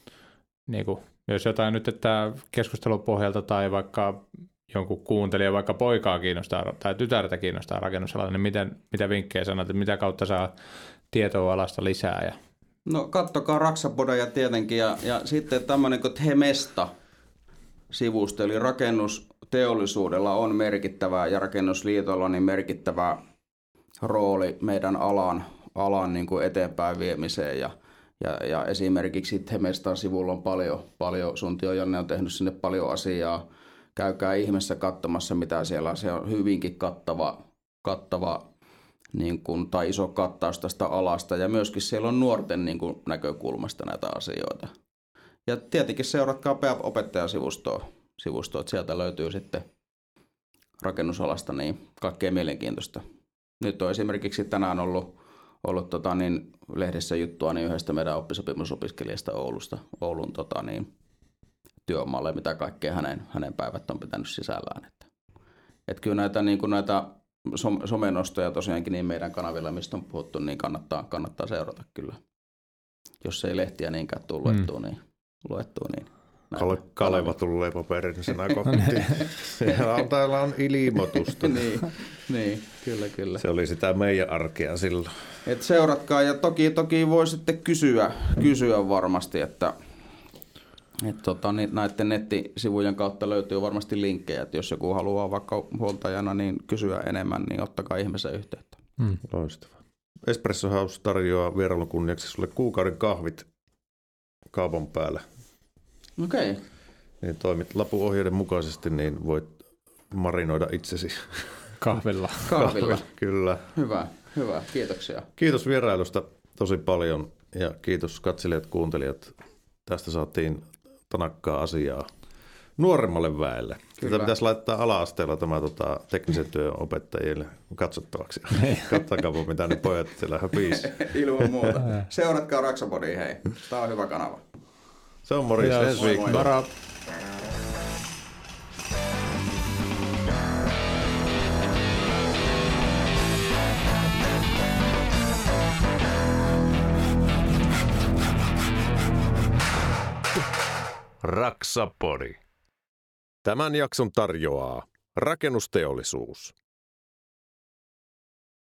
Jos jotain nyt, että keskustelun pohjalta tai vaikka jonkun kuuntelija, vaikka poikaa kiinnostaa tai tytärtä kiinnostaa rakennusalalla, niin mitä vinkkejä sanot, että mitä kautta saa tietoa alasta lisää? Ja... No kattokaa Raksapodeja tietenkin ja sitten tämmöinen kuin Hemesta-sivusto, eli rakennusteollisuudella on merkittävä ja Rakennusliitolla on niin merkittävä rooli meidän alan niin kuin eteenpäin viemiseen ja esimerkiksi Hemestan sivulla on paljon Suntio Janne on tehnyt sinne paljon asiaa. Käykää ihmeessä katsomassa, mitä siellä on. Se on hyvinkin kattava niin kuin, tai iso kattaus tästä alasta. Ja myöskin siellä on nuorten niin kuin, näkökulmasta näitä asioita. Ja tietenkin seuratkaa PEAP-opettajasivustoa. Sieltä löytyy sitten rakennusalasta niin kaikkea mielenkiintoista. Nyt on esimerkiksi tänään ollut lehdessä juttua niin yhdestä meidän oppisopimusopiskelijasta Oulun työmaalle, mitä kaikkea hänen päivät on pitänyt sisällään. Että kyllä näitä somenostoja tosiaankin niin meidän kanavilla, mistä on puhuttu, niin kannattaa seurata kyllä. Jos ei lehtiä niinkään tule luettua, niin Kaleva tulee paperisenä kohti. Täällä on ilmoitusta. niin, kyllä. Se oli sitä meidän arkea silloin. Et seuratkaa ja toki voi sitten kysyä varmasti, että näiden nettisivujen kautta löytyy varmasti linkkejä, että jos joku haluaa vaikka huoltajana niin kysyä enemmän, niin ottakaa ihmeessä yhteyttä. Loistavaa. Espresso House tarjoaa vierailun kunniaksi sulle kuukauden kahvit kaupan päällä. Okei. Niin toimit lapuohjeiden mukaisesti, niin voit marinoida itsesi. Kahvilla. Kyllä. Hyvä. Kiitoksia. Kiitos vierailusta tosi paljon ja kiitos katselijat, kuuntelijat. Tästä saatiin tanakkaa asiaa nuoremmalle väelle. Tätä pitäisi laittaa ala-asteella tämä teknisen työn opettajille katsottavaksi. Katsokaa, mitä ne pojat siellä höpisi. Ilman muuta. Seuratkaa Raksapodia, hei. Tämä on hyvä kanava. Se on morjens. Ensi viikkoon. Moro. Raksapodi. Tämän jakson tarjoaa Rakennusteollisuus.